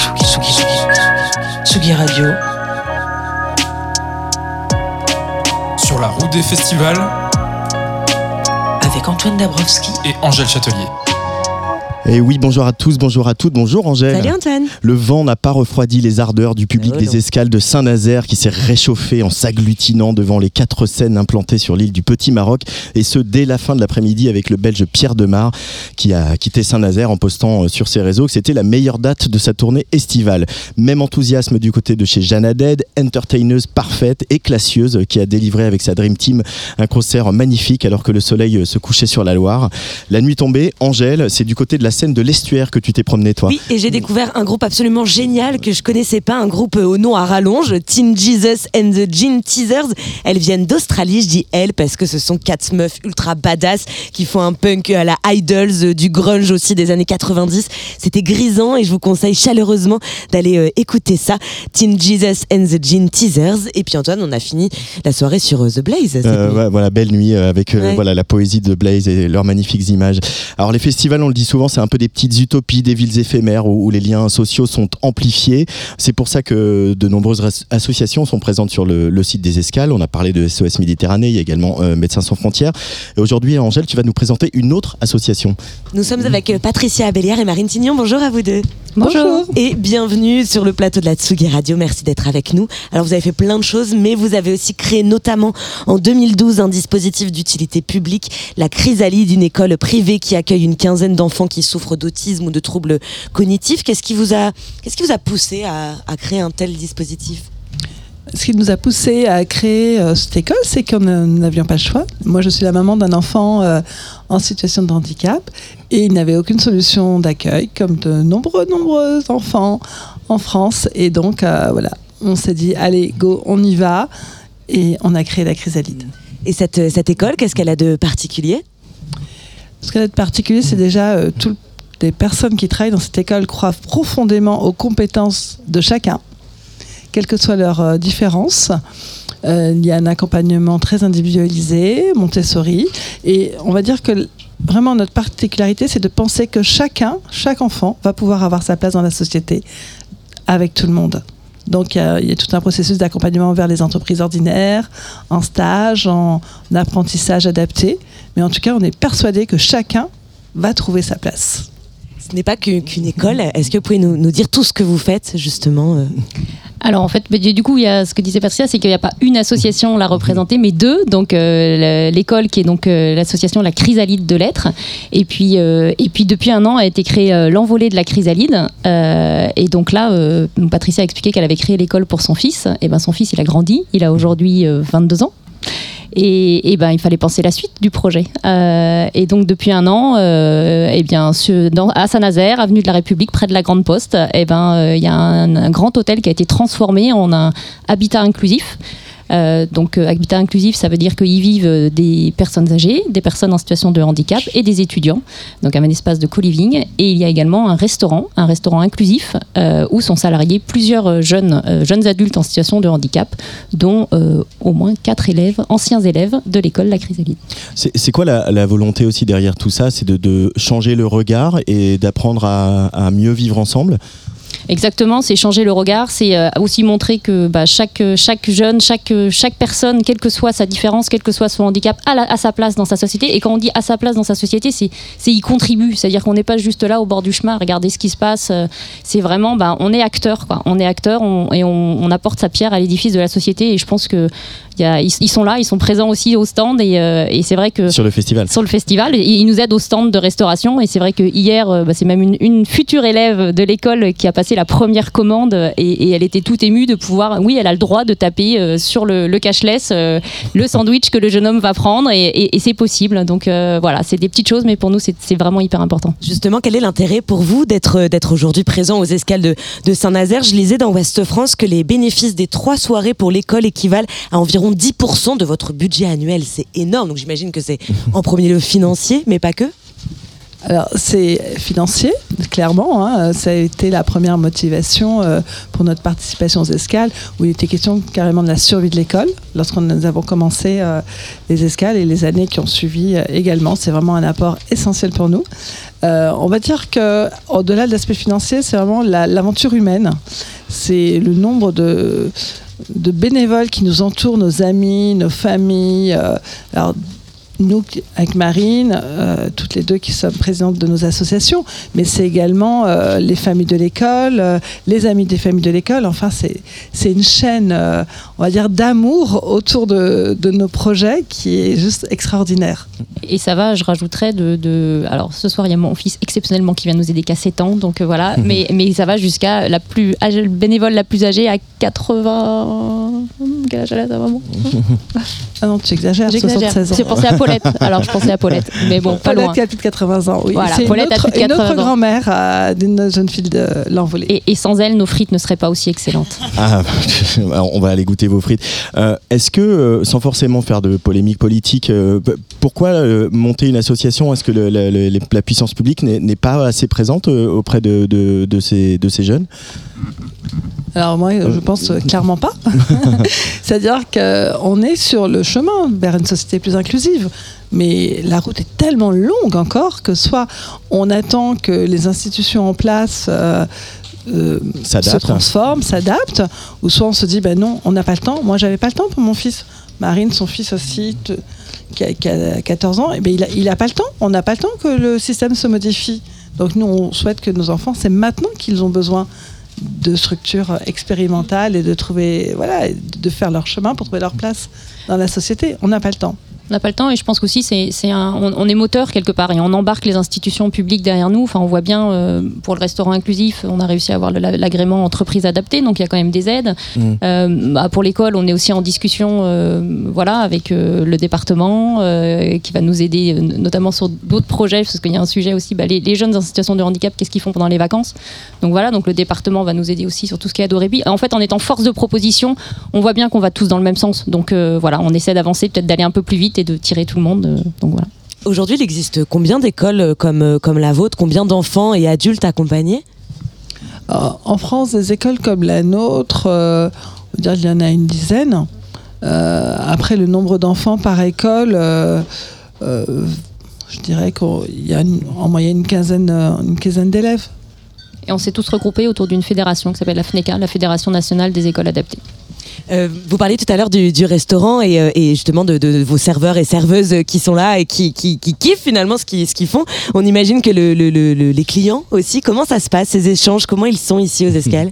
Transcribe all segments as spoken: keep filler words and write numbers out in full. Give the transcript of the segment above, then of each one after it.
Tsugi, Tsugi, Tsugi, Tsugi Radio. Sur la route des festivals. Avec Antoine Dabrowski et Angèle Châtelier. Et oui, bonjour à tous, bonjour à toutes, bonjour Angèle. Salut Antoine. Le vent n'a pas refroidi les ardeurs du public oh des escales de Saint-Nazaire qui s'est réchauffé en s'agglutinant devant les quatre scènes implantées sur l'île du Petit Maroc, et ce dès la fin de l'après-midi avec le Belge Pierre Demar qui a quitté Saint-Nazaire en postant sur ses réseaux que c'était la meilleure date de sa tournée estivale. Même enthousiasme du côté de chez Jeanne Haddad, entertaineuse parfaite et classieuse qui a délivré avec sa Dream Team un concert magnifique alors que le soleil se couchait sur la Loire. La nuit tombée, Angèle, c'est du côté de la scène de l'Estuaire que tu t'es promené toi. Oui, et j'ai découvert un groupe absolument génial que je connaissais pas, un groupe au nom à rallonge, Teen Jesus and the Gin Teasers. Elles viennent d'Australie, je dis elles parce que ce sont quatre meufs ultra badass qui font un punk à la Idols, du grunge aussi des années quatre-vingt-dix. C'était grisant et je vous conseille chaleureusement d'aller euh, écouter ça. Teen Jesus and the Gin Teasers. Et puis Antoine, on a fini la soirée sur euh, The Blaze. Euh, ouais, voilà, belle nuit euh, avec euh, ouais. voilà, la poésie de Blaze et leurs magnifiques images. Alors les festivals, on le dit souvent, c'est un peu des petites utopies, des villes éphémères où, où les liens sociaux sont amplifiés. C'est pour ça que de nombreuses ras- associations sont présentes sur le, le site des escales. On a parlé de S O S Méditerranée, il y a également euh, Médecins sans frontières. Et aujourd'hui, Angèle, tu vas nous présenter une autre association. Nous sommes avec euh, Patricia Abellière et Marine Tignon. Bonjour à vous deux. Bonjour. Et bienvenue sur le plateau de la Tsugi Radio. Merci d'être avec nous. Alors vous avez fait plein de choses, mais vous avez aussi créé notamment en deux mille douze un dispositif d'utilité publique, la Chrysalide, une école privée qui accueille une quinzaine d'enfants qui souffrent d'autisme ou de troubles cognitifs. Qu'est-ce qui vous a, qu'est-ce qui vous a poussé à, à créer un tel dispositif ? Ce qui nous a poussé à créer euh, cette école, c'est que nous n'avions pas le choix. Moi, je suis la maman d'un enfant euh, en situation de handicap et il n'avait aucune solution d'accueil, comme de nombreux, nombreux enfants en France. Et donc, euh, voilà, on s'est dit, allez, go, on y va. Et on a créé la Chrysalide. Et cette, cette école, qu'est-ce qu'elle a de particulier ? Ce qu'elle a de particulier, c'est déjà euh, toutes les personnes qui travaillent dans cette école croient profondément aux compétences de chacun, quelles que soient leurs euh, différences. Euh, il y a un accompagnement très individualisé, Montessori, et on va dire que vraiment notre particularité, c'est de penser que chacun, chaque enfant, va pouvoir avoir sa place dans la société avec tout le monde. Donc il y a, il y a tout un processus d'accompagnement vers les entreprises ordinaires, en stage, en apprentissage adapté, mais en tout cas, on est persuadé que chacun va trouver sa place. Ce n'est pas qu'une, qu'une école. Est-ce que vous pouvez nous, nous dire tout ce que vous faites, justement euh... Alors en fait, du coup, il y a ce que disait Patricia, c'est qu'il n'y a pas une association la représentée, mais deux. Donc euh, l'école qui est donc euh, l'association La Chrysalide de Lettres, et puis euh, et puis depuis un an a été créée euh, l'Envolée de la Chrysalide. Euh, et donc là, euh, Patricia a expliqué qu'elle avait créé l'école pour son fils. Et ben son fils, il a grandi, il a aujourd'hui euh, vingt-deux ans. Et, et ben, il fallait penser la suite du projet. Euh, et donc, depuis un an, euh, et bien, ce, dans, à Saint-Nazaire, avenue de la République, près de la Grande Poste, et ben, il euh, y a un, un grand hôtel qui a été transformé en un habitat inclusif. Euh, donc euh, habitat inclusif, ça veut dire qu'ils vivent euh, des personnes âgées, des personnes en situation de handicap et des étudiants, donc un espace de co-living. Et il y a également un restaurant, un restaurant inclusif euh, où sont salariés plusieurs jeunes, euh, jeunes adultes en situation de handicap, dont euh, au moins quatre élèves, anciens élèves de l'école La Chrysalide. C'est, c'est quoi la, la volonté aussi derrière tout ça ? C'est de, de changer le regard et d'apprendre à, à mieux vivre ensemble ? Exactement, c'est changer le regard, c'est euh, aussi montrer que bah, chaque, chaque jeune, chaque, chaque personne, quelle que soit sa différence, quel que soit son handicap, a, la, a sa place dans sa société. Et quand on dit à sa place dans sa société, c'est, c'est y contribue. C'est-à-dire qu'on n'est pas juste là au bord du chemin à regarder ce qui se passe. C'est vraiment, bah, on est acteur, quoi. On est acteur on, et on, on apporte sa pierre à l'édifice de la société. Et je pense que y a, ils, ils sont là, ils sont présents aussi au stand. Et, euh, et c'est vrai que sur le festival. Sur le festival, et ils nous aident au stand de restauration. Et c'est vrai que hier, bah, c'est même une, une future élève de l'école qui a passé la première commande et, et elle était toute émue de pouvoir, oui, elle a le droit de taper euh, sur le, le cashless euh, le sandwich que le jeune homme va prendre et, et, et c'est possible. Donc euh, voilà, c'est des petites choses, mais pour nous, c'est, c'est vraiment hyper important. Justement, quel est l'intérêt pour vous d'être, d'être aujourd'hui présent aux escales de, de Saint-Nazaire ? Je lisais dans Ouest France que les bénéfices des trois soirées pour l'école équivalent à environ dix pour cent de votre budget annuel. C'est énorme, donc j'imagine que c'est en premier lieu financier, mais pas que. Alors, c'est financier, clairement. Hein, ça a été la première motivation euh, pour notre participation aux escales, où il était question carrément de la survie de l'école, lorsqu'on nous avons commencé euh, les escales et les années qui ont suivi euh, également. C'est vraiment un apport essentiel pour nous. Euh, on va dire qu'au-delà de l'aspect financier, c'est vraiment la, l'aventure humaine. C'est le nombre de, de bénévoles qui nous entourent, nos amis, nos familles. Euh, alors, nous, avec Marine, euh, toutes les deux qui sommes présidentes de nos associations, mais c'est également euh, les familles de l'école, euh, les amis des familles de l'école. Enfin, c'est, c'est une chaîne, euh, on va dire, d'amour autour de, de nos projets qui est juste extraordinaire. Et ça va, je rajouterais de, de... Alors, ce soir, il y a mon fils exceptionnellement qui vient nous aider qu'à sept ans, donc euh, voilà. Mmh. Mais, mais ça va jusqu'à la plus âgée, bénévole la plus âgée à quatre-vingts... Quel âge elle a, ta maman? Ah non, tu exagères, J'exagère. soixante-seize ans. J'ai pensé à Paulette. Alors, je pensais à Paulette. Mais bon, pas Paulette loin. qui a plus de quatre-vingts ans, oui. Voilà, c'est Paulette une autre, a plus de quatre-vingts une autre ans. grand-mère euh, d'une jeune fille de l'Envolée. Et, et sans elle, nos frites ne seraient pas aussi excellentes. Ah, on va aller goûter vos frites. Euh, est-ce que, euh, sans forcément faire de polémique politique, euh, pourquoi euh, monter une association? Est-ce que le, le, le, la puissance publique n'est, n'est pas assez présente euh, auprès de, de, de, ces, de ces jeunes? Alors moi, je pense euh, clairement pas. C'est-à-dire qu'on est sur le chemin vers une société plus inclusive. Mais la route est tellement longue encore que soit on attend que les institutions en place euh, euh, se transforment, s'adaptent, ou soit on se dit ben non, on n'a pas le temps. Moi, j'avais pas le temps pour mon fils. Marine, son fils aussi, te, qui, a, qui a quatorze ans, et ben il, a, il a pas le temps. On n'a pas le temps que le système se modifie. Donc nous, on souhaite que nos enfants, c'est maintenant qu'ils ont besoin de structures expérimentales et de trouver, voilà, de faire leur chemin pour trouver leur place dans la société. On n'a pas le temps. On n'a pas le temps et je pense qu'aussi c'est, c'est un, on, on est moteur quelque part et on embarque les institutions publiques derrière nous. Enfin, on voit bien euh, pour le restaurant inclusif, on a réussi à avoir le, l'agrément entreprise adaptée, donc il y a quand même des aides. Mmh. Euh, bah, pour l'école, on est aussi en discussion, euh, voilà, avec euh, le département euh, qui va nous aider, euh, notamment sur d'autres projets, parce qu'il y a un sujet aussi, bah, les, les jeunes en situation de handicap, qu'est-ce qu'ils font pendant les vacances. Donc voilà, donc le département va nous aider aussi sur tout ce qui est ado répit. En fait, en étant force de proposition, on voit bien qu'on va tous dans le même sens. Donc euh, voilà, on essaie d'avancer, peut-être d'aller un peu plus vite et de tirer tout le monde. Euh, donc voilà. Aujourd'hui, il existe combien d'écoles comme, comme la vôtre? Combien d'enfants et adultes accompagnés? Alors, en France, des écoles comme la nôtre, euh, on va dire qu'il y en a une dizaine. Euh, après, le nombre d'enfants par école, euh, euh, je dirais qu'il y a une, en moyenne une quinzaine, une quinzaine d'élèves. Et on s'est tous regroupés autour d'une fédération qui s'appelle la FNECA, la Fédération Nationale des Écoles Adaptées. Euh, vous parliez tout à l'heure du, du restaurant et, euh, et justement de, de, de vos serveurs et serveuses qui sont là et qui, qui, qui kiffent finalement ce qu'ils, ce qu'ils font. On imagine que le, le, le, les clients aussi, comment ça se passe, ces échanges, comment ils sont ici aux Escales?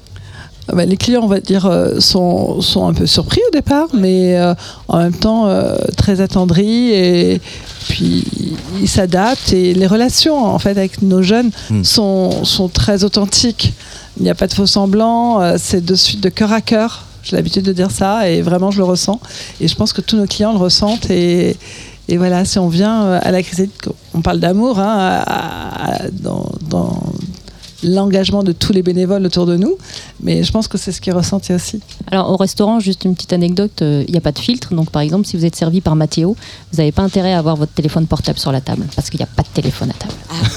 Bah, les clients, on va dire, euh, sont, sont un peu surpris au départ, mais euh, en même temps euh, très attendris et puis ils s'adaptent. Et les relations en fait avec nos jeunes mmh. sont, sont très authentiques. Il n'y a pas de faux semblants, euh, c'est de suite de cœur à cœur. J'ai l'habitude de dire ça et vraiment je le ressens. Et je pense que tous nos clients le ressentent. Et, et voilà, si on vient à la crise, on parle d'amour hein, à, à, dans, dans l'engagement de tous les bénévoles autour de nous. Mais je pense que c'est ce qui est ressenti aussi. Alors au restaurant, juste une petite anecdote, il euh, n'y a pas de filtre. Donc par exemple, si vous êtes servi par Mathéo, vous n'avez pas intérêt à avoir votre téléphone portable sur la table parce qu'il n'y a pas de téléphone à table.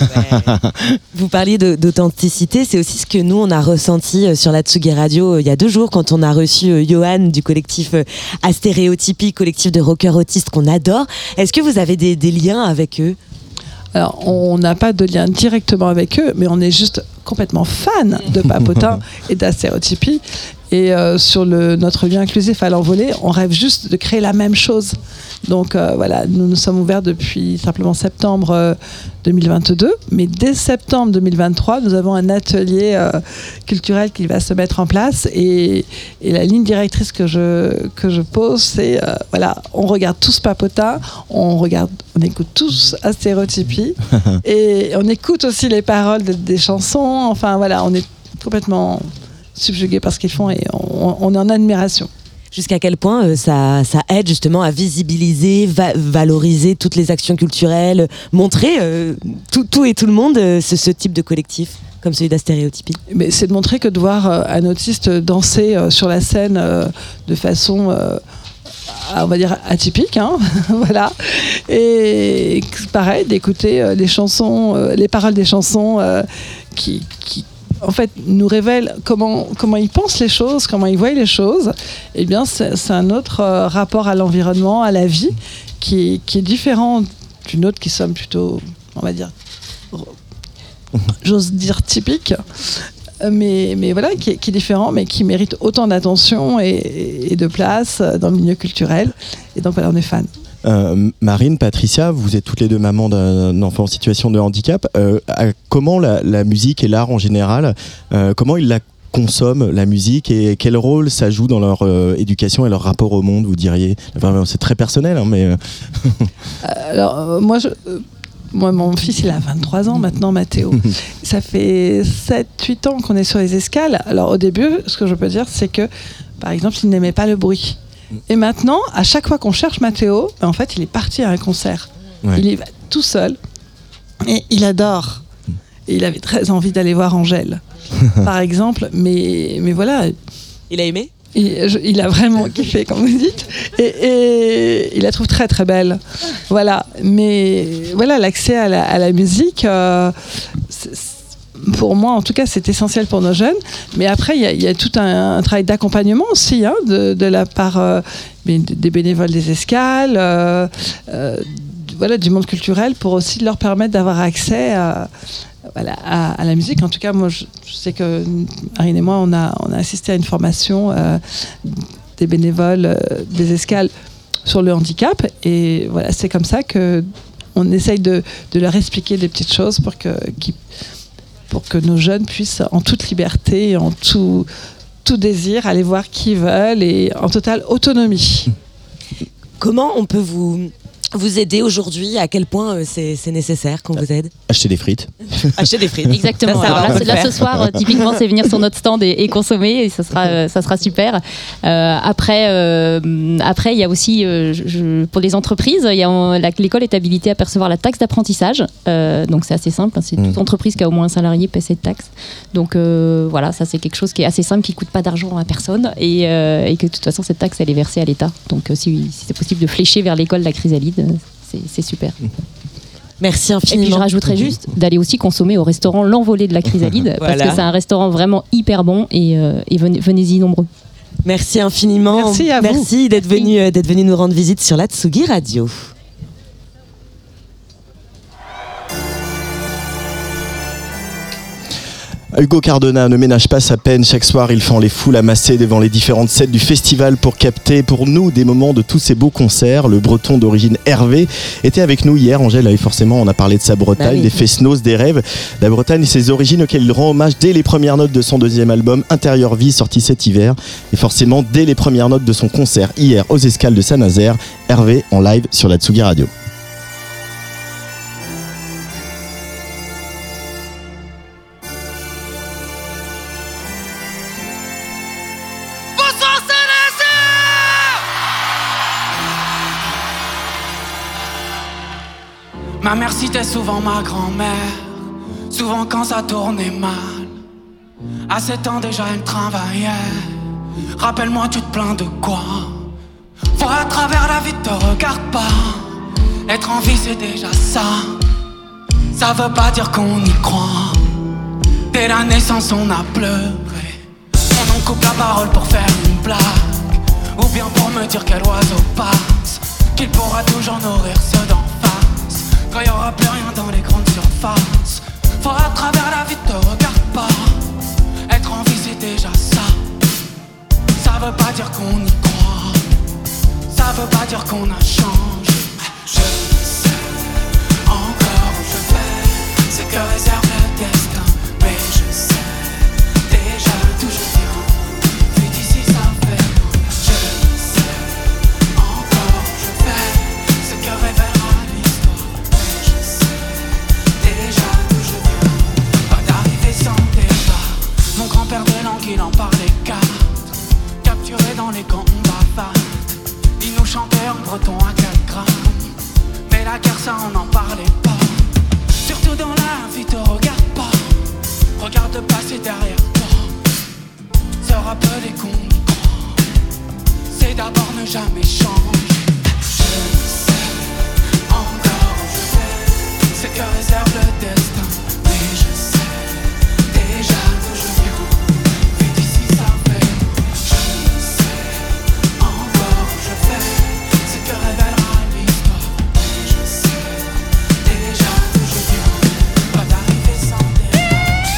Ah ouais. Vous parliez de, d'authenticité, c'est aussi ce que nous on a ressenti sur la Tsugi Radio euh, il y a deux jours quand on a reçu euh, Johan du collectif euh, Astéréotypie, collectif de rockers autistes qu'on adore. Est-ce que vous avez des, des liens avec eux? Alors, on n'a pas de lien directement avec eux, mais on est juste complètement fan de Papotin et d'Astéréotypie. Et euh, sur le, notre lien inclusif à l'Envolée, on rêve juste de créer la même chose. Donc euh, voilà, nous nous sommes ouverts depuis simplement septembre euh, deux mille vingt-deux, mais dès septembre deux mille vingt-trois, nous avons un atelier euh, culturel qui va se mettre en place. Et, et la ligne directrice que je, que je pose, c'est euh, voilà, on regarde tous Papotin, on regarde, on écoute tous Astéréotypie, et on écoute aussi les paroles de, des chansons. Enfin voilà, on est complètement subjugués par ce qu'ils font et on, on est en admiration. Jusqu'à quel point euh, ça, ça aide justement à visibiliser, va, valoriser toutes les actions culturelles, montrer euh, tout, tout et tout le monde euh, ce, ce type de collectif comme celui d'Astéréotypie? Mais c'est de montrer que de voir euh, un autiste danser euh, sur la scène euh, de façon euh, on va dire atypique, hein, voilà. Et pareil, d'écouter euh, les chansons, euh, les paroles des chansons euh, qui, qui, en fait, nous révèlent comment, comment ils pensent les choses, comment ils voient les choses. Eh bien, c'est, c'est un autre euh, rapport à l'environnement, à la vie, qui, qui est différent d'une autre qui sommes plutôt, on va dire, j'ose dire typique. Mais, mais voilà, qui est, qui est différent, mais qui mérite autant d'attention et, et de place dans le milieu culturel. Et donc voilà, on est fans. Euh, Marine, Patricia, vous êtes toutes les deux mamans d'un enfant en situation de handicap. Euh, à, comment la, la musique et l'art en général, euh, comment ils la consomment, la musique, et quel rôle ça joue dans leur euh, éducation et leur rapport au monde, vous diriez? Enfin, c'est très personnel, hein, mais... Alors, euh, moi, je... Euh, Moi, mon fils, il a vingt-trois ans maintenant, Mathéo. Ça fait sept huit ans qu'on est sur les escales. Alors, au début, ce que je peux dire, c'est que, par exemple, il n'aimait pas le bruit. Et maintenant, à chaque fois qu'on cherche Mathéo, ben, en fait, il est parti à un concert. Ouais. Il y va tout seul. Et il adore. Et il avait très envie d'aller voir Angèle, par exemple. Mais, mais voilà. Il a aimé ? Il, je, il a vraiment kiffé, comme vous dites, et, et il la trouve très très belle. Voilà, mais voilà, l'accès à la, à la musique, euh, c'est, pour moi en tout cas, c'est essentiel pour nos jeunes. Mais après, il y, y a tout un, un travail d'accompagnement aussi, hein, de, de la part euh, des bénévoles des escales, euh, euh, voilà, du monde culturel, pour aussi leur permettre d'avoir accès à. Voilà, à, à la musique. En tout cas, moi, je, je sais que Marine et moi, on a, on a assisté à une formation euh, des bénévoles euh, des escales sur le handicap. Et voilà, c'est comme ça qu'on essaye de, de leur expliquer des petites choses pour que, qui, pour que nos jeunes puissent, en toute liberté, en tout, tout désir, aller voir qui ils veulent et en totale autonomie. Comment on peut vous... vous aider aujourd'hui? À quel point euh, c'est, c'est nécessaire qu'on vous aide? Acheter des frites. Acheter des frites. Exactement. Ça, ça, Alors là, là ce soir, euh, typiquement, c'est venir sur notre stand et, et consommer, et ça sera, euh, ça sera super. Euh, après, euh, après, il y a aussi, euh, je, pour les entreprises, il y a, la, l'école est habilitée à percevoir la taxe d'apprentissage. Euh, donc c'est assez simple. Hein, c'est mmh. toute entreprise qui a au moins un salarié paie cette taxe. Donc euh, voilà, ça c'est quelque chose qui est assez simple, qui coûte pas d'argent à personne, et, euh, et que de toute façon cette taxe elle est versée à l'État. Donc euh, si, si c'est possible de flécher vers l'école la chrysalide. C'est, c'est super. Merci infiniment. Et puis je rajouterais juste d'aller aussi consommer au restaurant L'Envolée de la Chrysalide, voilà. Parce que c'est un restaurant vraiment hyper bon, et, euh, et venez, venez-y nombreux. Merci infiniment. Merci à vous. Merci d'être venu, euh, d'être venu nous rendre visite sur la Tsugi Radio. Hugo Cardona ne ménage pas sa peine. Chaque soir, il fend les foules amassées devant les différentes scènes du festival pour capter pour nous des moments de tous ces beaux concerts. Le breton d'origine Hervé était avec nous hier. Angèle, forcément, on a parlé de sa Bretagne, bah oui. des Fest-Noz, des rêves. La Bretagne et ses origines auxquelles il rend hommage dès les premières notes de son deuxième album, Intérieur Vie, sorti cet hiver. Et forcément, dès les premières notes de son concert hier aux Escales de Saint-Nazaire. Hervé en live sur la Tsugi Radio. Ma mère citait souvent ma grand-mère, souvent quand ça tournait mal. À sept ans déjà elle travaillait. Rappelle-moi, tu te plains de quoi? Vois à travers la vie, te regarde pas. Être en vie c'est déjà ça. Ça veut pas dire qu'on y croit. Dès la naissance on a pleuré. On en coupe la parole pour faire une blague, ou bien pour me dire quel oiseau passe, qu'il pourra toujours nourrir ceux d'en face. Quand y aura plus rien dans les grandes surfaces, faut à travers la vie, te regarde pas. Être en vie c'est déjà ça. Ça veut pas dire qu'on y croit. Ça veut pas dire qu'on a changé. Je sais encore où je vais, ce que réserve le destin. Mais je sais déjà d'où je viens, vu d'ici ça fait loin. Je sais encore où je vais, ce que révélera l'histoire. Mais je sais déjà d'où je viens, pas d'arrivée sans départ. Mon grand-père de langue il en parlait quatre, capturé dans les camps on bavard. Il nous chantait en breton à quatre grammes, mais la guerre ça on n'en parlait pas. Surtout dans la vie, te regarde pas. Regarde passer derrière toi. Se rappeler qu'on y croit, c'est d'abord ne jamais changer. Je ne sais encore où je vais, ce que réserve le destin. Mais je sais déjà d'où je viens, vu d'ici ça fait. Je ne sais encore où je vais, ce que révélera l'histoire. Mais je sais déjà d'où je viens, pas d'arriver sans départ.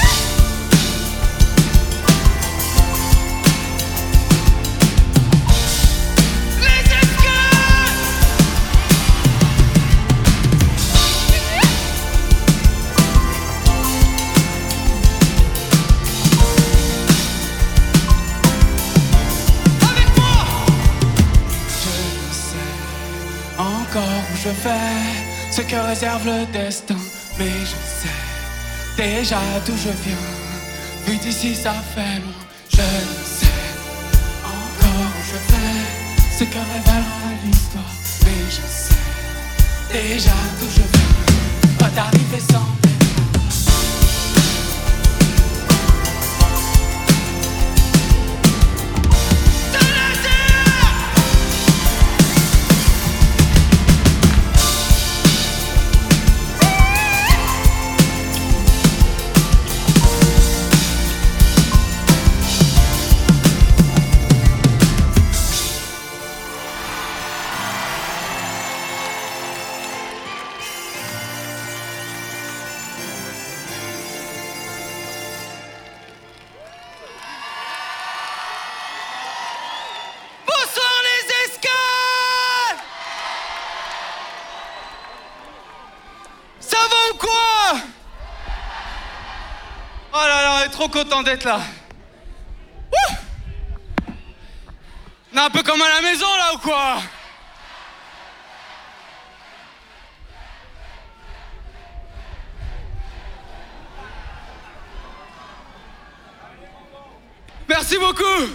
Je fais ce que réserve le destin, mais je sais déjà d'où je viens, vu d'ici ça fait loin. Je ne sais encore où je vais, ce que révélera l'histoire, mais je sais déjà d'où je viens, pas d'arriver sans trop content d'être là. Wouh! On est un peu comme à la maison là ou quoi? Merci beaucoup.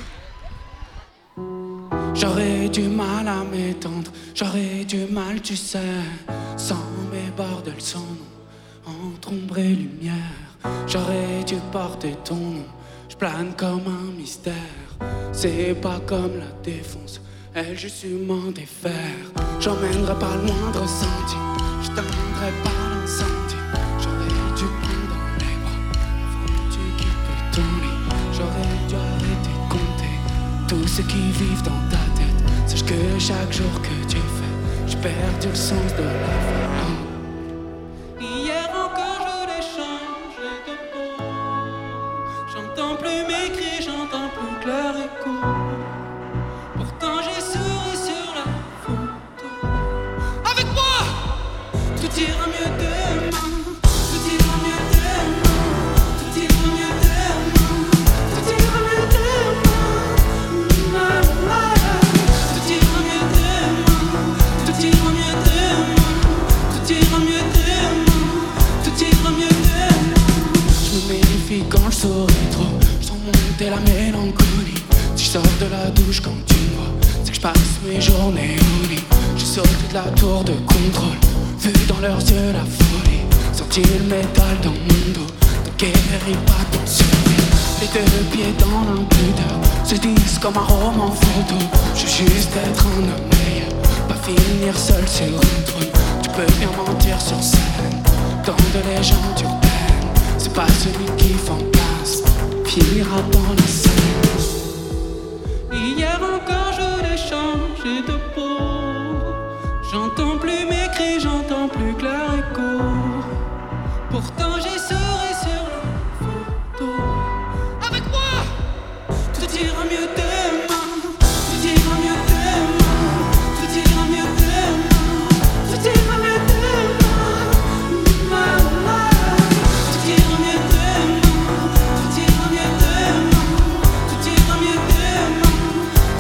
J'aurais du mal à m'étendre, j'aurais du mal, tu sais, sans mes bordels, sans nom, entre ombre et lumière. J'aurais dû porter ton nom, je plane comme un mystère. C'est pas comme la défonce, elle je suis m'en défaire. J'emmènerai pas le moindre sentier, je t'emmènerai pas l'incendie. J'aurais dû prendre dans les bras avant que tu quittes ton lit. J'aurais dû arrêter de compter tous ceux qui vivent dans ta tête. Sache que chaque jour que tu fais, j'ai perdu le sens de la vie. Hier encore je voulais changer de peau. J'entends plus mes cris, j'entends plus leur écho. Pourtant j'ai souri sur la photo. Avec moi, tout ira mieux demain. Tout ira mieux demain. Tout ira mieux demain. Tout ira mieux demain. Tout ira mieux demain. Tout ira mieux demain. Tout ira mieux demain. Tout ira mieux demain. Je me méfie quand je souris trop. Je sens monter la mélancolie. Si je sors de la douche quand tu me vois, c'est que je passe mes journées au lit. J'ai sauté de la tour de contrôle, vu dans leurs yeux la folie. Senti le métal dans mon dos, ne guéris pas ton survie. Les deux pieds dans l'impudeur, se disent comme un roman photo. Je veux juste être un homme meilleur, pas finir seul sur un trône. Tu peux bien mentir sur scène, dans de légendes urbaines. C'est pas celui qui fantasme, finira dans la scène. Hier encore je voulais changer de peau. J'entends plus mes cris, j'entends plus que leur écho. Pourtant j'ai souri sur la photo. Avec moi, tout ira mieux demain. Tout ira mieux demain. Tout ira mieux demain. Tout ira mieux demain. Tout ira mieux demain. Tout ira mieux demain. Tout ira mieux demain.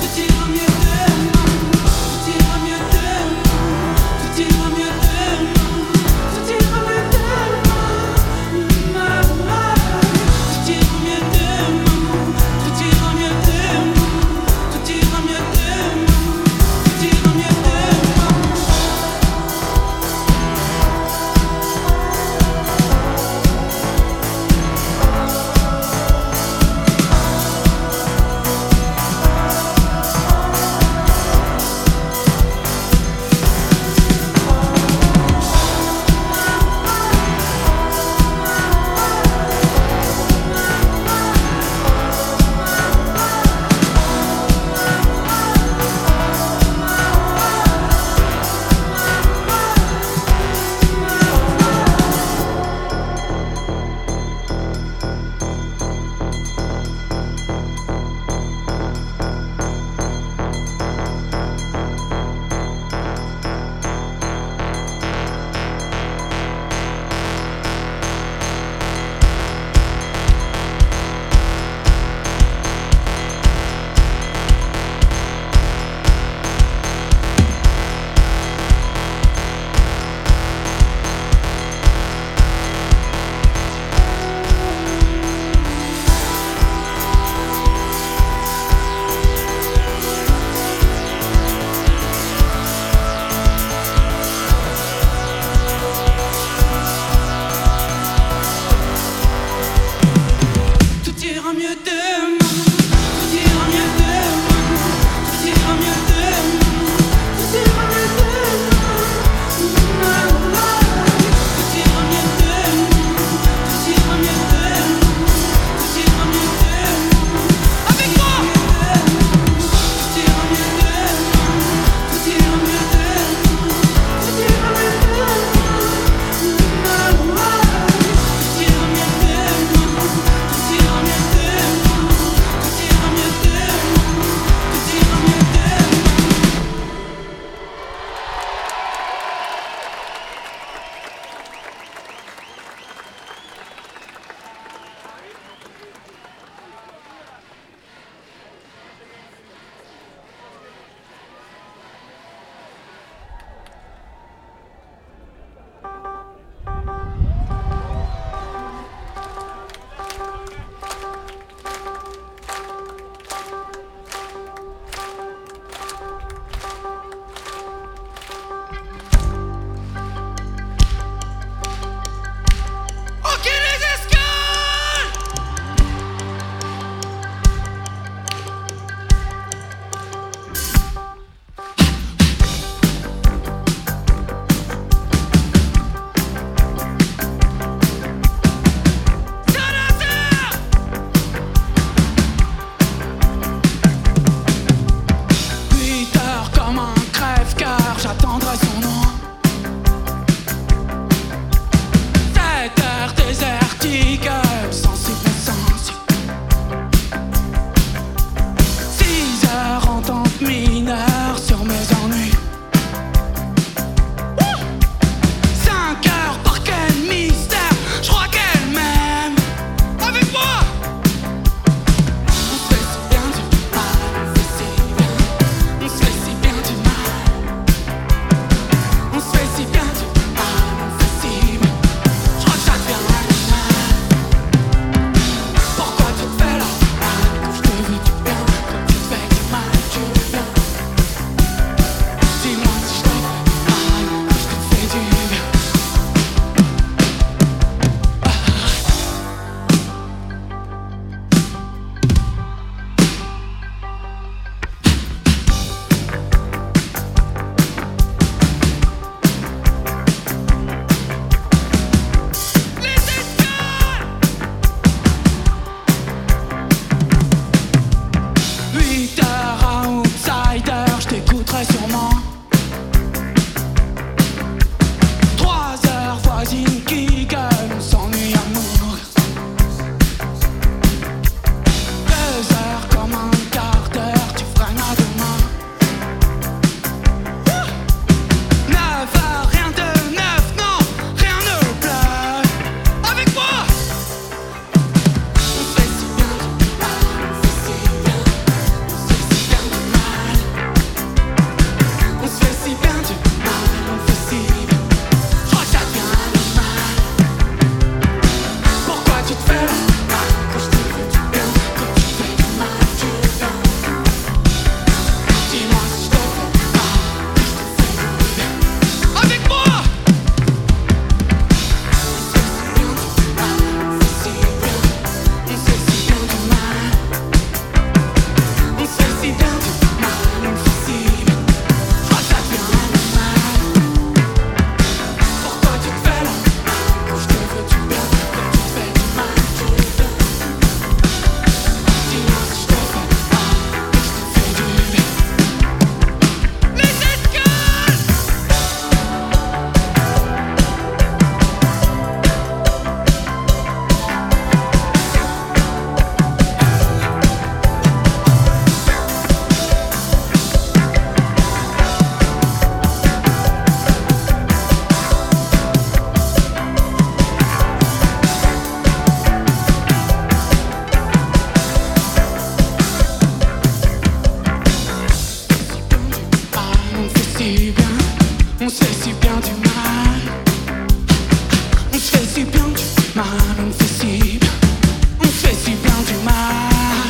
on me fait si bien, on me fait si bien du mal.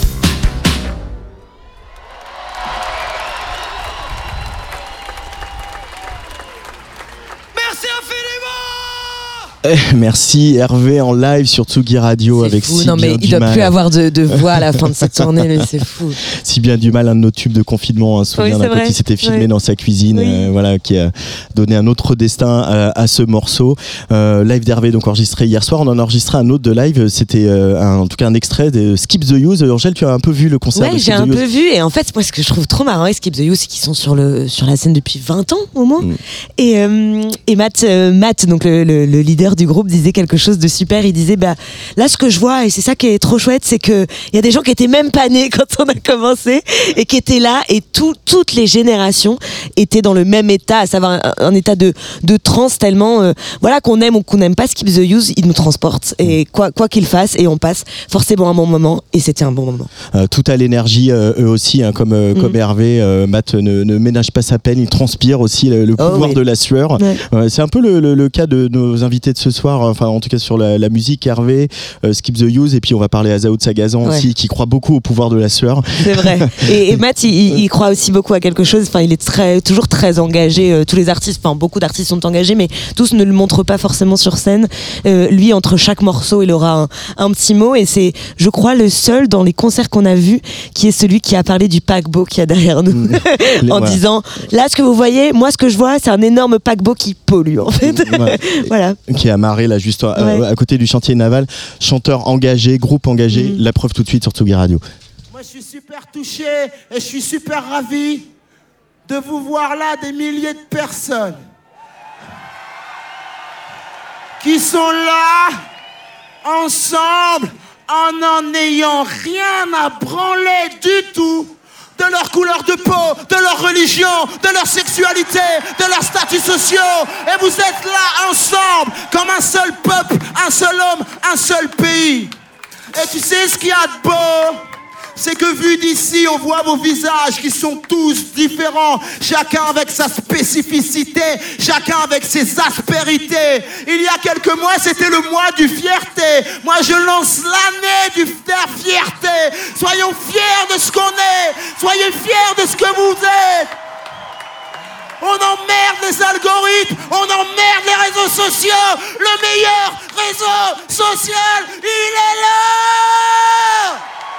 Merci infiniment. Eh, merci Hervé en live sur Tsugi Radio C'est avec fou. si Non, bien mais du il doit mal. plus avoir de, de voix à la fin de cette tournée, lui, c'est fou. Si bien du mal, un de nos tubes de confinement, un souvenir Oui, d'un c'est coup vrai. qui s'était filmé Oui. dans sa cuisine, Oui. euh, voilà, qui a donné un autre destin à, à ce morceau. Euh, live d'Hervé, donc enregistré hier soir. On en a enregistré un autre de live. C'était euh, un- en tout cas un extrait de Skip the Use. Angèle, tu as un peu vu le concert Ouais, de j'ai Skip un the Use. peu vu. Et en fait, moi, ce que je trouve trop marrant avec Skip the Youth, c'est qu'ils sont sur, le, sur la scène depuis vingt ans au moins. Mm. Et, euh, et Matt, euh, Matt, donc le, le, le leader du groupe, disait quelque chose de super. Il disait, bah, là, ce que je vois, et c'est ça qui est trop chouette, c'est qu'il y a des gens qui étaient même pas nés quand on a commencé et qui étaient là. Et tout, toutes les générations étaient dans le même état, à savoir un, un état de, de transe tellement, euh, voilà, qu'on aime ou qu'on n'aime pas Skip the Youth, il nous transporte. Et quoi quoi qu'il fasse, et on passe forcément un bon moment. Et c'était un bon moment. Euh, tout à l'énergie, euh, eux aussi, hein, comme, euh, Mm. comme Hervé. euh, Matt ne, ne ménage pas sa peine, il transpire aussi le, le Oh, pouvoir oui. de la sueur. Ouais. Euh, c'est un peu le, le, le cas de nos invités de ce soir, enfin en tout cas sur la, la musique, Hervé, euh, Skip the Use, et puis on va parler à Zao de Sagazan Ouais. aussi, qui croit beaucoup au pouvoir de la sueur. C'est vrai. Et, et Matt, il, il- il croit aussi beaucoup à quelque chose. Enfin, il est très, toujours très engagé. Euh, tous les artistes, enfin, beaucoup d'artistes sont engagés, mais tous ne le montrent pas forcément sur scène. Euh, lui, entre chaque morceau, il aura un, un petit mot. Et c'est, je crois, le seul dans les concerts qu'on a vus qui est celui qui a parlé du paquebot qu'il y a derrière nous. Les- en voilà. disant, là, ce que vous voyez, moi, ce que je vois, c'est un énorme paquebot qui pollue, en fait. Ouais. Voilà. Qui est amarré là juste à, Ouais. à côté du chantier naval, chanteur engagé, groupe engagé, Mhm. la preuve tout de suite sur Tsugi Radio. Moi, je suis super touché et je suis super ravi de vous voir là, des milliers de personnes qui sont là, ensemble, en n'en ayant rien à branler du tout de leur couleur de peau, de leur religion, de leur sexualité, de leurs statuts sociaux. Et vous êtes là, ensemble, comme un seul peuple, un seul homme, un seul pays. Et tu sais ce qu'il y a de beau? C'est que vu d'ici, on voit vos visages qui sont tous différents, chacun avec sa spécificité, chacun avec ses aspérités. Il y a quelques mois, c'était le mois du fierté. Moi, je lance l'année du de la fierté. Soyons fiers de ce qu'on est. Soyez fiers de ce que vous êtes. On emmerde les algorithmes, on emmerde les réseaux sociaux. Le meilleur réseau social, il est là!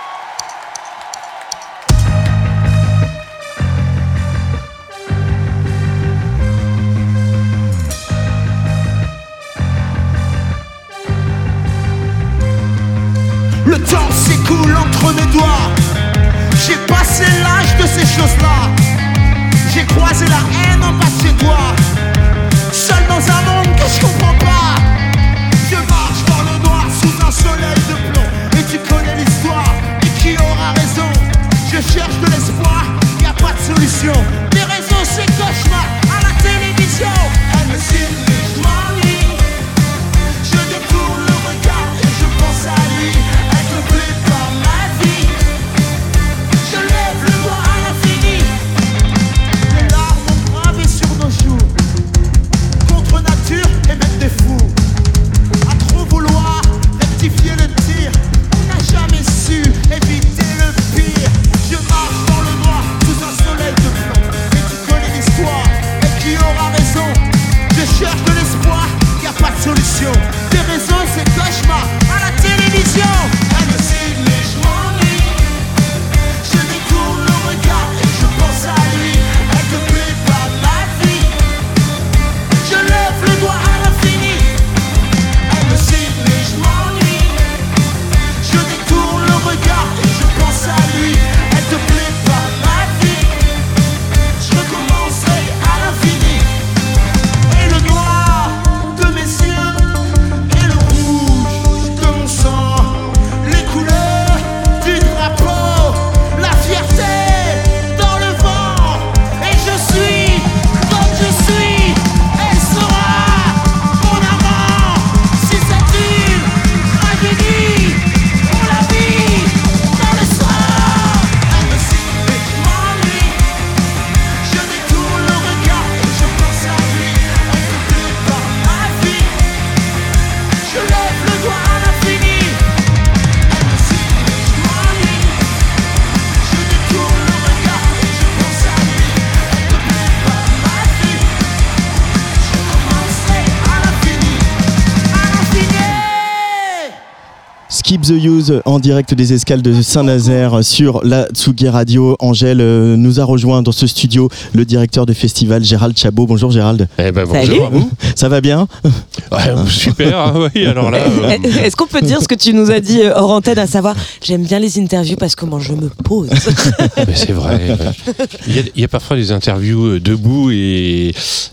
Le temps s'écoule entre mes doigts. J'ai passé l'âge de ces choses-là. J'ai croisé la haine en bas de ses doigts. Seul dans un monde que je comprends pas. Je marche dans le noir sous un soleil de plomb. Et tu connais l'histoire. Et qui aura raison? Je cherche de l'espoir, y a pas de solution. Les réseaux c'est cauchemar à la télévision. Elle me dirige ma vie. Je détourne le regard et je pense à lui. Elle te plaît par ma vie. Je lève le doigt à l'infini. Les larmes ont gravé sur nos joues. Contre nature et même des fous. Skip the Use en direct des escales de Saint-Nazaire sur la Tsugi Radio. Angèle euh, nous a rejoint dans ce studio le directeur du festival Gérald Chabot. Bonjour Gérald. Eh ben bonjour Salut. à vous. Ça va bien? Ouais, super, hein, oui, alors là... euh, Est-ce qu'on peut dire ce que tu nous as dit euh, hors antenne, à savoir j'aime bien les interviews parce que moi je me pose. mais c'est vrai. Il y, a, il y a parfois des interviews euh, debout et...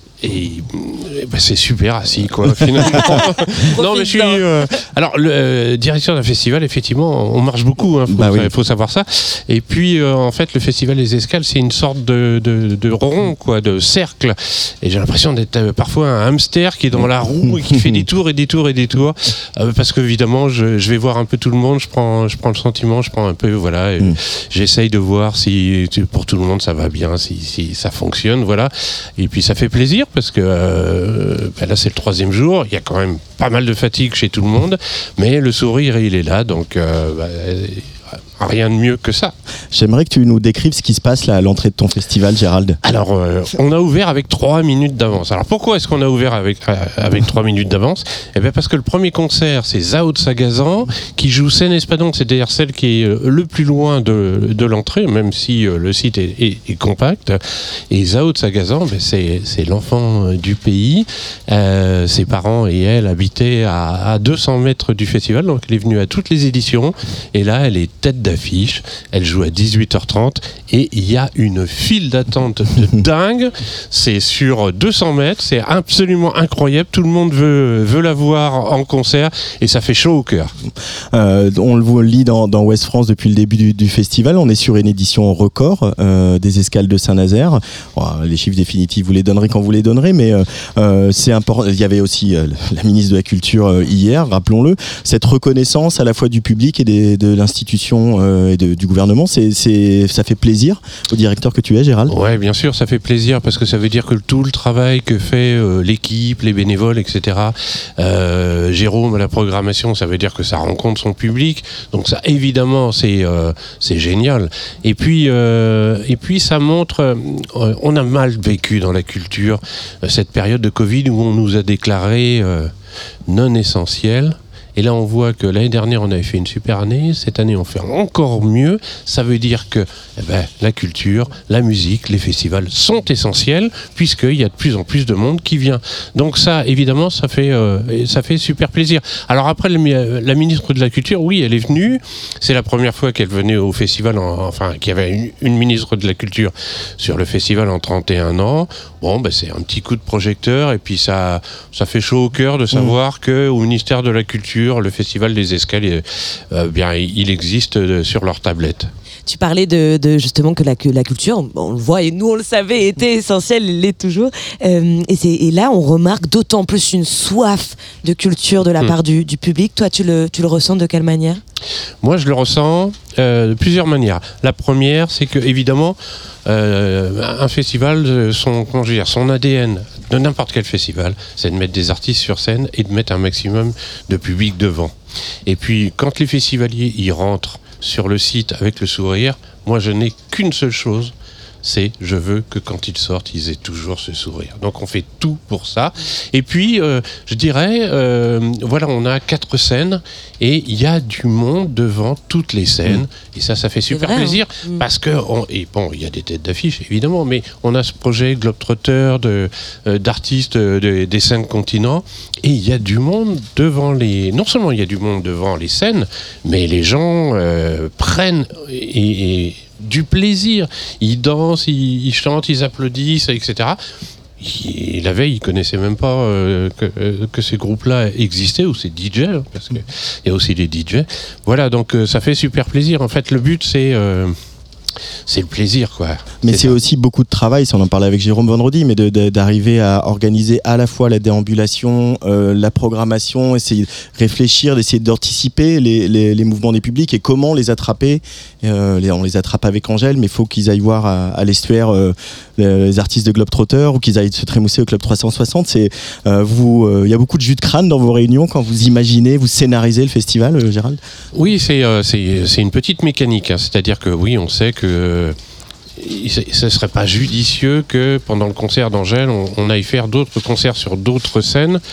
Et euh, bah, c'est super assis, quoi, finalement. non, mais je suis. Euh, alors, le euh, directeur d'un festival, effectivement, on marche beaucoup, il hein, faut, bah oui. faut savoir ça. Et puis, euh, en fait, le festival des Escales, c'est une sorte de, de, de rond, quoi, de cercle. Et j'ai l'impression d'être euh, parfois un hamster qui est dans la roue et qui fait des tours et des tours et des tours. Euh, parce qu'évidemment, je, je vais voir un peu tout le monde, je prends, je prends le sentiment, je prends un peu, voilà. Et Mm. j'essaye de voir si pour tout le monde ça va bien, si, si ça fonctionne, voilà. Et puis, ça fait plaisir. Parce que euh, ben là c'est le troisième jour, il y a quand même pas mal de fatigue chez tout le monde, mais le sourire il est là, donc euh, ben, rien de mieux que ça. J'aimerais que tu nous décrives ce qui se passe là à l'entrée de ton festival, Gérald. Alors, euh, on a ouvert avec trois minutes d'avance. Alors, pourquoi est-ce qu'on a ouvert avec, euh, avec trois minutes d'avance ? Eh bien, parce que le premier concert, c'est Zao de Sagazan, qui joue Seine-Espadon, c'est-à-dire celle qui est euh, le plus loin de, de l'entrée, même si euh, le site est, est, est compact. Et Zao de Sagazan, ben, c'est, c'est l'enfant euh, du pays. Euh, ses parents et elle habitaient à, à deux cents mètres du festival, donc elle est venue à toutes les éditions. Et là, elle est tête d'affiche. Elle joue à dix-huit heures trente et il y a une file d'attente de dingue. C'est sur deux cents mètres, c'est absolument incroyable. Tout le monde veut, veut la voir en concert et ça fait chaud au cœur. Euh, on le lit dans, dans Ouest France depuis le début du, du festival. On est sur une édition record euh, des escales de Saint-Nazaire. Bon, les chiffres définitifs, vous les donnerez quand vous les donnerez, mais euh, c'est important. Il y avait aussi euh, la ministre de la Culture euh, hier, rappelons-le. Cette reconnaissance à la fois du public et des, de l'institution euh, et de, du gouvernement, c'est, c'est, ça fait plaisir au directeur que tu es, Gérald ? Ouais, bien sûr, ça fait plaisir parce que ça veut dire que tout le travail que fait euh, l'équipe, les bénévoles, et cetera. Euh, Jérôme à la programmation, ça veut dire que ça rencontre son public. Donc ça, évidemment, c'est euh, c'est génial. Et puis euh, et puis ça montre, euh, on a mal vécu dans la culture euh, cette période de Covid où on nous a déclaré euh, non essentiels. Et là, on voit que l'année dernière, on avait fait une super année. Cette année, on fait encore mieux. Ça veut dire que eh ben, la culture, la musique, les festivals sont essentiels puisqu'il y a de plus en plus de monde qui vient. Donc ça, évidemment, ça fait, euh, ça fait super plaisir. Alors après, le, la ministre de la Culture, oui, elle est venue. C'est la première fois qu'elle venait au festival, en, enfin, qu'il y avait une, une ministre de la Culture sur le festival en trente et un ans. Bon, ben, c'est un petit coup de projecteur et puis ça, ça fait chaud au cœur de savoir mmh. qu'au ministère de la Culture, le festival des Escales, euh, bien, il existe sur leur tablette. Tu parlais de, de justement que la, que la culture, on le voit et nous on le savait, était essentielle, elle l'est toujours. Euh, et, c'est, et là, on remarque d'autant plus une soif de culture de la mmh. part du, du public. Toi, tu le, tu le ressens de quelle manière ? Moi, je le ressens euh, de plusieurs manières. La première, c'est que évidemment, euh, un festival, son, comment je veux dire, son A D N de n'importe quel festival, c'est de mettre des artistes sur scène et de mettre un maximum de public devant. Et puis, quand les festivaliers y rentrent sur le site avec le sourire, moi, je n'ai qu'une seule chose. C'est je veux que quand ils sortent, ils aient toujours ce sourire. Donc on fait tout pour ça. Et puis, euh, je dirais, euh, voilà, on a quatre scènes et il y a du monde devant toutes les scènes. Mmh. Et ça, ça fait super vrai, plaisir hein. Parce que, on, et bon, il y a des têtes d'affiche, évidemment, mais on a ce projet Globetrotter de, euh, d'artistes de, des cinq continents et il y a du monde devant les... Non seulement il y a du monde devant les scènes, mais les gens euh, prennent et... et du plaisir, ils dansent, ils, ils chantent, ils applaudissent, et cetera. Et la veille, ils connaissaient même pas euh, que, euh, que ces groupes-là existaient, ou ces D J, hein, parce qu'il y a aussi les D J. Voilà, donc euh, ça fait super plaisir. En fait, le but, c'est... Euh, c'est le plaisir, quoi. Mais c'est, c'est aussi beaucoup de travail, ça on en parlait avec Jérôme vendredi, mais de, de, d'arriver à organiser à la fois la déambulation, euh, la programmation, essayer de réfléchir, d'essayer d'anticiper les, les, les mouvements des publics et comment les attraper. Euh, les, on les attrape avec Angèle, mais il faut qu'ils aillent voir à, à l'estuaire euh, les, les artistes de Globetrotter ou qu'ils aillent se trémousser au Club trois cent soixante. C'est, euh, vous, il euh, y a beaucoup de jus de crâne dans vos réunions quand vous imaginez, vous scénarisez le festival, euh, Gérald ? Oui, c'est, euh, c'est, c'est une petite mécanique, hein, c'est-à-dire que oui, on sait que que ce ne serait pas judicieux que pendant le concert d'Angèle, on, on aille faire d'autres concerts sur d'autres scènes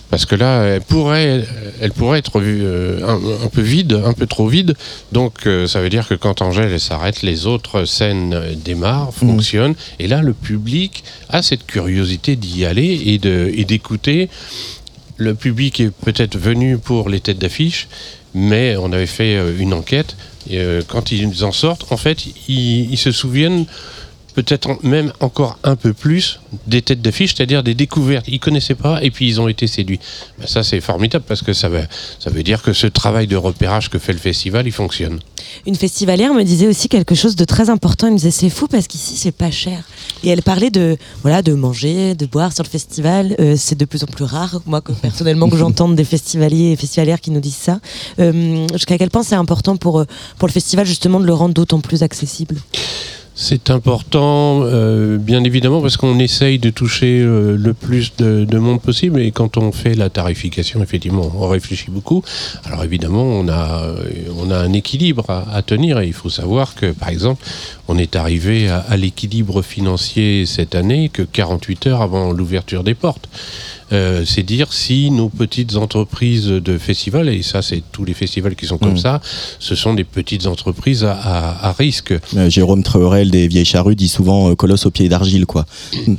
Parce que là, elle pourrait, elle pourrait être euh, un, un peu vide, un peu trop vide. Donc, euh, ça veut dire que quand Angèle elle s'arrête, les autres scènes euh, démarrent, fonctionnent. Mmh. Et là, le public a cette curiosité d'y aller et, de, et d'écouter. Le public est peut-être venu pour les têtes d'affiche, mais on avait fait euh, une enquête. Et, euh, quand ils en sortent, en fait, ils, ils se souviennent peut-être même encore un peu plus des têtes d'affiche, c'est-à-dire des découvertes. Ils ne connaissaient pas et puis ils ont été séduits. Ben ça, c'est formidable parce que ça veut, ça veut dire que ce travail de repérage que fait le festival, il fonctionne. Une festivalière me disait aussi quelque chose de très important. Elle me disait, c'est fou parce qu'ici, c'est pas cher. Et elle parlait de, voilà, de manger, de boire sur le festival. Euh, c'est de plus en plus rare, moi, que, personnellement, que j'entende des festivaliers et festivalières qui nous disent ça. Euh, jusqu'à quel point c'est important pour, pour le festival, justement, de le rendre d'autant plus accessible ? C'est important, euh, bien évidemment, parce qu'on essaye de toucher euh, le plus de, de monde possible. Et quand on fait la tarification, effectivement, on réfléchit beaucoup. Alors évidemment, on a, on a un équilibre à, à tenir. Et il faut savoir que, par exemple, on est arrivé à, à l'équilibre financier cette année que quarante-huit heures avant l'ouverture des portes. Euh, c'est dire si nos petites entreprises de festivals, et ça c'est tous les festivals qui sont comme mmh. ça, ce sont des petites entreprises à, à, à risque. Euh, Jérôme Treurel des Vieilles Charrues dit souvent euh, colosse au pied d'argile, quoi.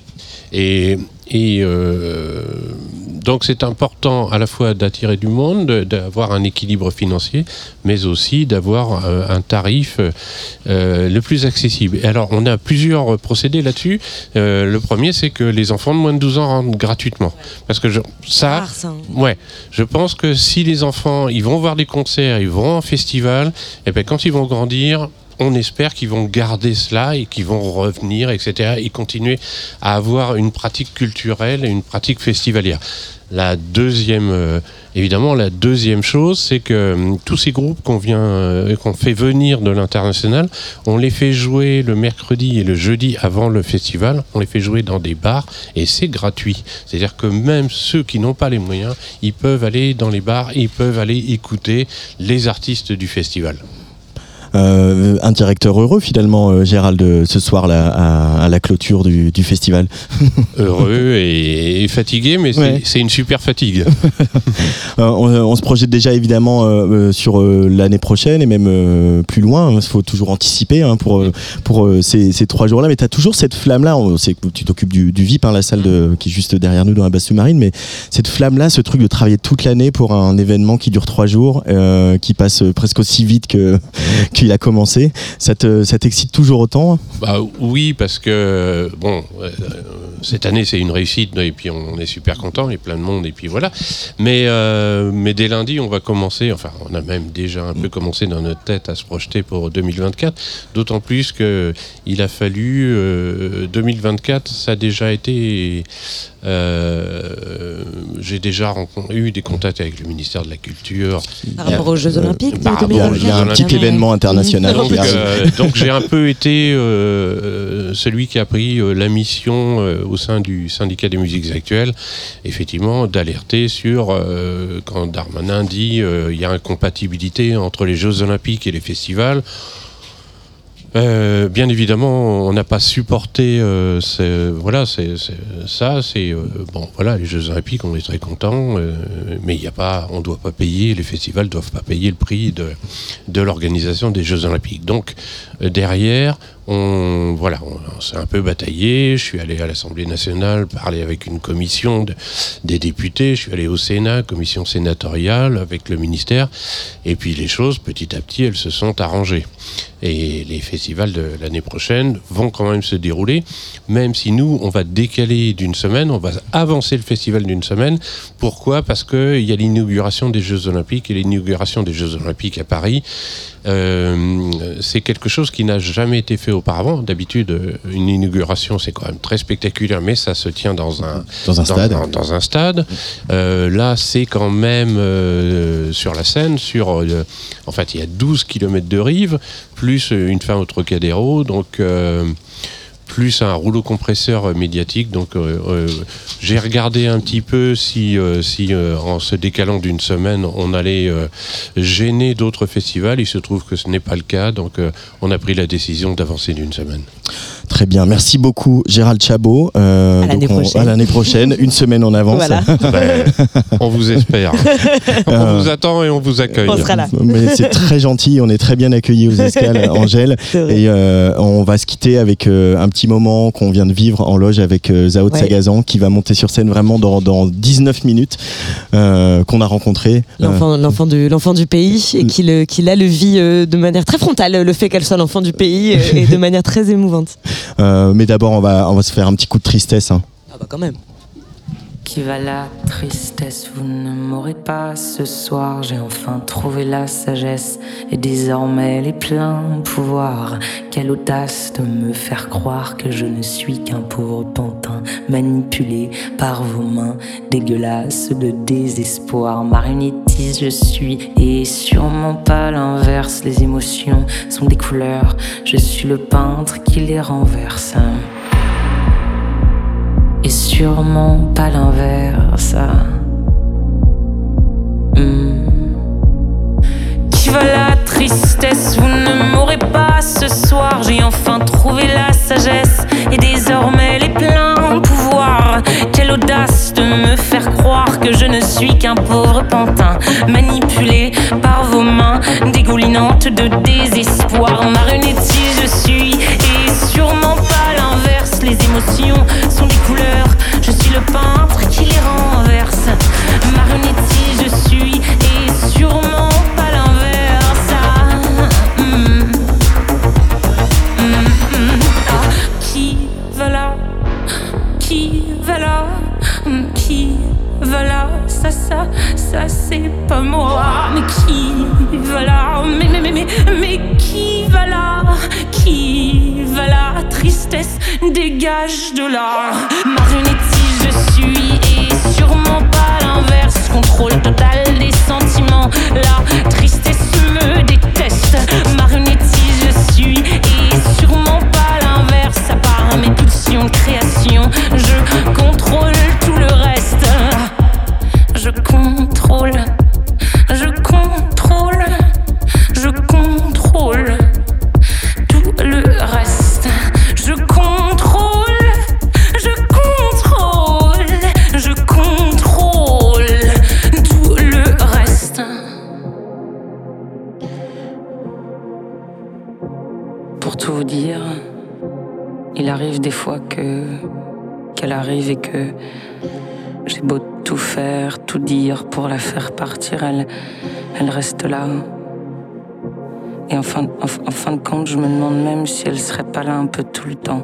Et, et euh, donc c'est important à la fois d'attirer du monde, d'avoir un équilibre financier, mais aussi d'avoir euh, un tarif euh, le plus accessible. Et alors on a plusieurs procédés là-dessus. Euh, le premier, c'est que les enfants de moins de douze ans rentrent gratuitement. Parce que je, ça, rare, ça. Ouais, je pense que si les enfants, ils vont voir des concerts, ils vont en festival, et ben quand ils vont grandir, on espère qu'ils vont garder cela et qu'ils vont revenir, et cetera, et continuer à avoir une pratique culturelle et une pratique festivalière. La deuxième, euh, évidemment, la deuxième chose, c'est que euh, tous ces groupes qu'on vient, euh, qu'on fait venir de l'international, on les fait jouer le mercredi et le jeudi avant le festival. On les fait jouer dans des bars et c'est gratuit. C'est-à-dire que même ceux qui n'ont pas les moyens, ils peuvent aller dans les bars, ils peuvent aller écouter les artistes du festival. Euh, un directeur heureux finalement, euh, Gérald, ce soir là, à, à la clôture du, du festival. Heureux et, et fatigué, mais c'est, ouais. c'est une super fatigue. euh, on, on se projette déjà évidemment euh, sur euh, l'année prochaine et même euh, plus loin. Il faut toujours anticiper hein, pour, euh, pour euh, ces, ces trois jours-là. Mais tu as toujours cette flamme-là. On sait que tu t'occupes du, du V I P, hein, la salle de, qui est juste derrière nous dans la base sous-marine. Mais cette flamme-là, ce truc de travailler toute l'année pour un événement qui dure trois jours, euh, qui passe presque aussi vite que qu'il a commencé, ça, te, ça t'excite toujours autant ? Bah oui, parce que bon, euh, cette année c'est une réussite et puis on est super content, il y a plein de monde et puis voilà. Mais euh, mais dès lundi on va commencer, enfin on a même déjà un peu commencé dans notre tête à se projeter pour deux mille vingt-quatre. D'autant plus que il a fallu euh, deux mille vingt-quatre, ça a déjà été. Euh, j'ai déjà eu des contacts avec le ministère de la Culture. Par rapport aux Jeux Olympiques. Par rapport, il y a un petit événement international. Donc, euh, donc j'ai un peu été euh, celui qui a pris euh, la mission euh, au sein du syndicat des musiques actuelles, effectivement, d'alerter sur euh, quand Darmanin dit qu'il euh, y a incompatibilité entre les Jeux Olympiques et les festivals. Euh, bien évidemment, on n'a pas supporté euh, c'est, voilà, c'est, c'est, ça. C'est euh, bon, voilà, les Jeux Olympiques, on est très contents, euh, mais il y a pas, on doit pas payer, les festivals doivent pas payer le prix de de l'organisation des Jeux Olympiques. Donc euh, derrière, on voilà, on, on s'est un peu bataillé. Je suis allé à l'Assemblée nationale parler avec une commission de, des députés. Je suis allé au Sénat, commission sénatoriale avec le ministère. Et puis les choses, petit à petit, elles se sont arrangées. Et les festivals de l'année prochaine vont quand même se dérouler, même si nous, on va décaler d'une semaine, on va avancer le festival d'une semaine. Pourquoi ? Parce qu'il y a l'inauguration des Jeux Olympiques, et l'inauguration des Jeux Olympiques à Paris, euh, c'est quelque chose qui n'a jamais été fait auparavant. D'habitude, une inauguration, c'est quand même très spectaculaire, mais ça se tient dans un, dans un dans, stade. Dans, dans un stade. Euh, là, c'est quand même euh, sur la Seine, sur, euh, en fait, il y a douze kilomètres de rive, plus une fin au Trocadéro, donc euh, plus un rouleau compresseur médiatique. Donc euh, euh, j'ai regardé un petit peu si, euh, si euh, en se décalant d'une semaine, on allait euh, gêner d'autres festivals. Il se trouve que ce n'est pas le cas, donc euh, on a pris la décision d'avancer d'une semaine. Très bien, merci beaucoup Gérald Chabot. Euh, à, l'année donc on, à l'année prochaine, une semaine en avance. Voilà. Ben, on vous espère. On Euh, vous attend et on vous accueille. On sera là. Mais c'est très gentil, on est très bien accueillis aux escales, Angèle. C'est vrai. Et euh, on va se quitter avec euh, un petit moment qu'on vient de vivre en loge avec euh, Zao de Ouais. Sagazan qui va monter sur scène vraiment dans, dans dix-neuf minutes, euh, qu'on a rencontré. L'enfant, l'enfant, du, l'enfant du pays et qu'il, euh, qu'il a le vit euh, de manière très frontale, le fait qu'elle soit l'enfant du pays euh, et de manière très émouvante. Euh, mais d'abord, on va, on va se faire un petit coup de tristesse. Hein. Ah bah quand même. Qui va la tristesse, vous ne m'aurez pas ce soir. J'ai enfin trouvé la sagesse et désormais les pleins pouvoirs. Quelle audace de me faire croire que je ne suis qu'un pauvre pantin manipulé par vos mains dégueulasses de désespoir. Marionnettiste je suis et sûrement pas l'inverse. Les émotions sont des couleurs, je suis le peintre qui les renverse. Et sûrement pas l'inverse. Hmm. Qui va la tristesse, vous ne m'aurez pas ce soir. J'ai enfin trouvé la sagesse et désormais les pleins pouvoirs. Quelle audace de me faire croire que je ne suis qu'un pauvre pantin manipulé par vos mains dégoulinantes de désespoir. Marionnettiste je suis et sûrement pas l'inverse. Les émotions sont des couleurs, je suis le peintre qui les renverse. Marionnettiste je suis et sûrement pas l'inverse. Ah, mm, mm, mm, ah, qui va là, qui va là, mm, qui va là, ça, ça, ça c'est pas moi. Mais qui va là, mais, mais, mais, mais, mais qui va là, qui va là, tristesse, dégage de là. Marionnettiste je suis et sûrement pas l'inverse. Contrôle total des sentiments, la tristesse me déteste. Marionnettiste je suis et sûrement pas l'inverse. À part mes pulsions de création, je contrôle tout le reste. Je contrôle, je contrôle, je contrôle tout le reste. Je contrôle, je contrôle, je contrôle tout le reste. Pour tout vous dire, il arrive des fois que qu'elle arrive et que j'ai beau tout faire, tout dire pour la faire partir, elle, elle reste là. Et en fin, en, en fin de compte, je me demande même si elle serait pas là un peu tout le temps.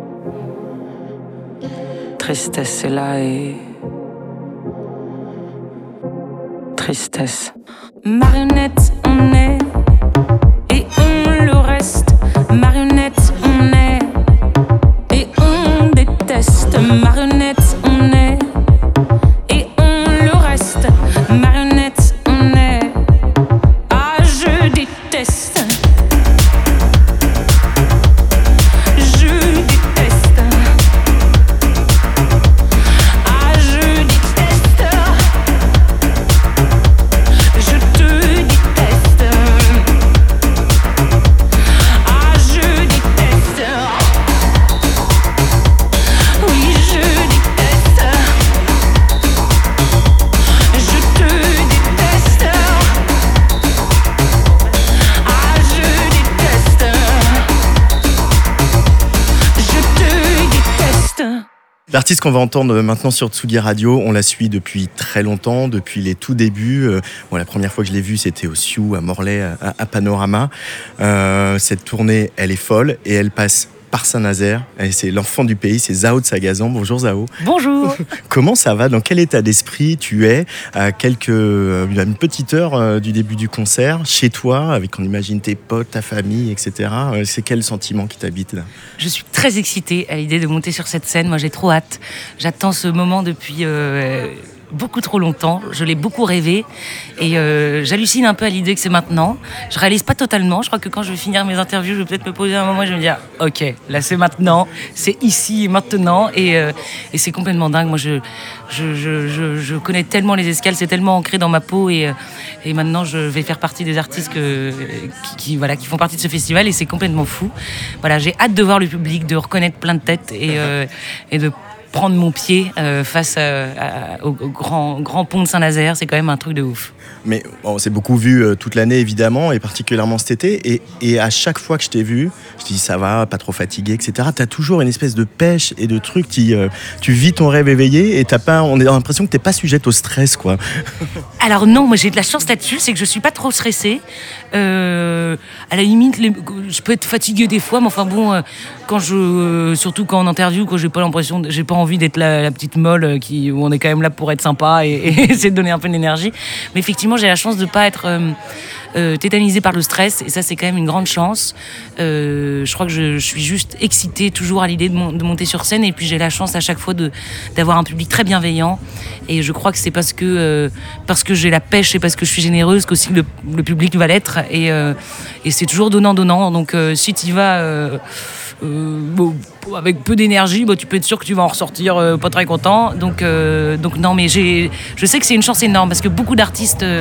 Tristesse est là et... Tristesse. Marionnette, on est, et on le reste. Marionnette, on est, et on déteste. Marionnette, on est, et on le reste. Marionnette, on est, ah je déteste. Je déteste. Ah je déteste. Je te déteste. Ah je déteste. Oui je déteste. Je te déteste. Ah je déteste. Je te déteste. L'artiste qu'on va entendre maintenant sur Tsugi Radio, on la suit depuis très longtemps, depuis les tout débuts. Euh, bon, la première fois que je l'ai vue, c'était au Sioux, à Morlaix, à, à Panorama. Euh, cette tournée, elle est folle et elle passe par Saint-Nazaire. Et c'est l'enfant du pays, c'est Zao de Sagazan. Bonjour Zao. Bonjour. Comment ça va? Dans quel état d'esprit tu es à quelques, à une petite heure euh, du début du concert, chez toi, avec on imagine tes potes, ta famille, et cetera. Euh, C'est quel sentiment qui t'habite là? Je suis très excitée à l'idée de monter sur cette scène. Moi, j'ai trop hâte. J'attends ce moment depuis euh, beaucoup trop longtemps. Je l'ai beaucoup rêvé et euh, j'hallucine un peu à l'idée que c'est maintenant. Je réalise pas totalement. Je crois que quand je vais finir mes interviews, je vais peut-être me poser un moment et je vais me dire ok, là c'est maintenant, c'est ici et maintenant et, euh, et c'est complètement dingue. Moi je, je, je, je, je connais tellement les escales, c'est tellement ancré dans ma peau et, et maintenant je vais faire partie des artistes que, qui, qui, voilà, qui font partie de ce festival et c'est complètement fou. Voilà, j'ai hâte de voir le public, de reconnaître plein de têtes et, euh, et de prendre mon pied euh, face à, à, au, au grand, grand pont de Saint-Nazaire, c'est quand même un truc de ouf. Mais on s'est beaucoup vu euh, toute l'année évidemment et particulièrement cet été et, et à chaque fois que je t'ai vu, je te dis ça va, pas trop fatigué, et cetera. T'as toujours une espèce de pêche et de truc, tu, euh, tu vis ton rêve éveillé et t'as pas, on a l'impression que t'es pas sujette au stress quoi. Alors non, moi j'ai de la chance là-dessus, c'est que je suis pas trop stressée. Euh, à la limite, les, je peux être fatiguée des fois, mais enfin bon, euh, quand je, euh, surtout quand en interview, quand j'ai pas l'impression, j'ai pas envie d'être la, la petite molle qui, où on est quand même là pour être sympa et, et essayer de donner un peu d'énergie. Mais effectivement, j'ai la chance de pas être euh, euh, tétanisée par le stress et ça c'est quand même une grande chance. Euh, je crois que je, je suis juste excitée toujours à l'idée de, mon, de monter sur scène et puis j'ai la chance à chaque fois de, d'avoir un public très bienveillant et je crois que c'est parce que, euh, parce que j'ai la pêche et parce que je suis généreuse qu'aussi le, le public va l'être et, euh, et c'est toujours donnant-donnant. Donc euh, si tu y vas euh, euh, bon, avec peu d'énergie, bah, tu peux être sûr que tu vas en ressortir euh, pas très content. Donc, euh, donc non, mais j'ai, je sais que c'est une chance énorme parce que beaucoup d'artistes euh,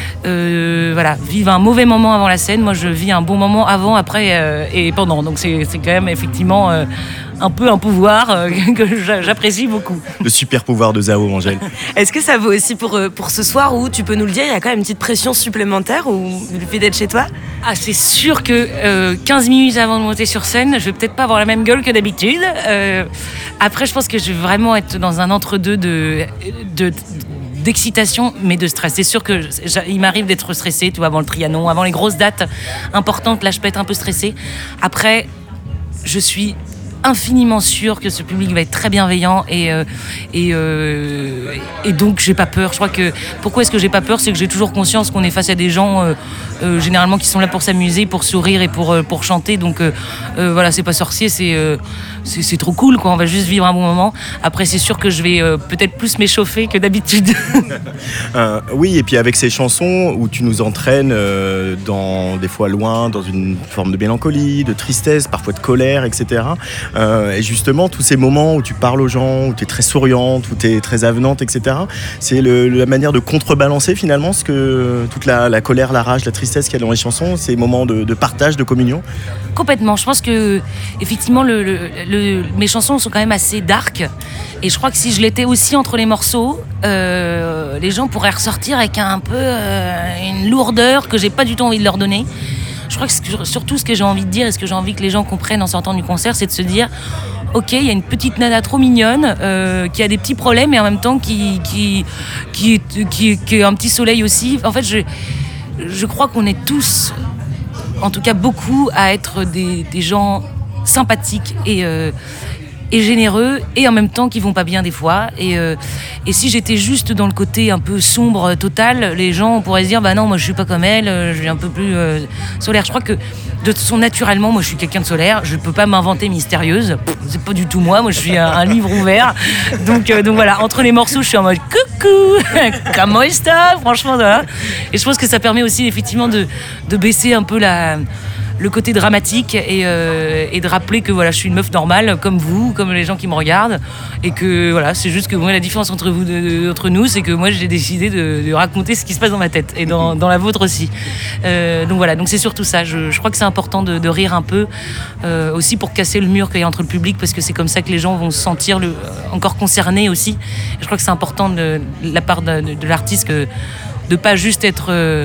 euh, voilà, vivent un mauvais moment avant la scène. Moi, je vis un bon moment avant, après euh, et pendant. Donc c'est, c'est quand même effectivement euh, un peu un pouvoir euh, que j'apprécie beaucoup. Le super pouvoir de Zao, Angèle. Est-ce que ça vaut aussi pour, pour ce soir où tu peux nous le dire, il y a quand même une petite pression supplémentaire ou le fait d'être chez toi? Ah, c'est sûr que euh, quinze minutes avant de monter sur scène, je vais peut-être pas avoir la même gueule que d'habitude. Euh, après, je pense que je vais vraiment être dans un entre-deux de, de, d'excitation, mais de stress. C'est sûr que il m'arrive d'être stressée, tu vois, avant le Trianon, avant les grosses dates importantes. Là, je peux être un peu stressée. Après, je suis infiniment sûre que ce public va être très bienveillant et, euh, et, euh, et donc j'ai pas peur. Je crois que pourquoi est-ce que j'ai pas peur, c'est que j'ai toujours conscience qu'on est face à des gens euh, euh, généralement qui sont là pour s'amuser, pour sourire et pour, euh, pour chanter. Donc euh, euh, voilà, c'est pas sorcier, c'est, euh, c'est, c'est trop cool quoi. On va juste vivre un bon moment. Après c'est sûr que je vais euh, peut-être plus m'échauffer que d'habitude. euh, oui, et puis avec ces chansons où tu nous entraînes euh, dans des fois loin, dans une forme de mélancolie, de tristesse, parfois de colère, et cetera. Euh, et justement, tous ces moments où tu parles aux gens, où tu es très souriante, où tu es très avenante, et cetera, c'est le, la manière de contrebalancer finalement ce que, toute la, la colère, la rage, la tristesse qu'il y a dans les chansons, ces moments de, de partage, de communion. Complètement. Je pense que effectivement, le, le, le, mes chansons sont quand même assez dark. Et je crois que si je l'étais aussi entre les morceaux, euh, les gens pourraient ressortir avec un peu euh, une lourdeur que j'ai pas du tout envie de leur donner. Je crois que surtout ce que j'ai envie de dire et ce que j'ai envie que les gens comprennent en sortant du concert, c'est de se dire ok, il y a une petite nana trop mignonne euh, qui a des petits problèmes et en même temps qui, qui, qui, qui, qui a un petit soleil aussi. En fait, je, je crois qu'on est tous, en tout cas beaucoup, à être des, des gens sympathiques et, euh, et généreux et en même temps qui vont pas bien des fois. Et, euh, et si j'étais juste dans le côté un peu sombre total, les gens pourraient se dire bah non, moi je suis pas comme elle, je suis un peu plus euh, solaire. Je crois que de toute façon, naturellement, moi je suis quelqu'un de solaire, je peux pas m'inventer mystérieuse, c'est pas du tout moi, moi je suis un, un livre ouvert. Donc, euh, donc voilà, entre les morceaux, je suis en mode coucou, comment est-ce que franchement, voilà. Et je pense que ça permet aussi effectivement de, de baisser un peu la. le côté dramatique et, euh, et de rappeler que voilà, je suis une meuf normale comme vous, comme les gens qui me regardent et que voilà, c'est juste que moi la différence entre vous, de, de, entre nous, c'est que moi j'ai décidé de, de raconter ce qui se passe dans ma tête et dans, dans la vôtre aussi. Euh, donc voilà, donc c'est surtout ça. Je, je crois que c'est important de, de rire un peu euh, aussi pour casser le mur qu'il y a entre le public parce que c'est comme ça que les gens vont se sentir le, encore concernés aussi. Et je crois que c'est important de, de la part de, de, de l'artiste que de pas juste être euh,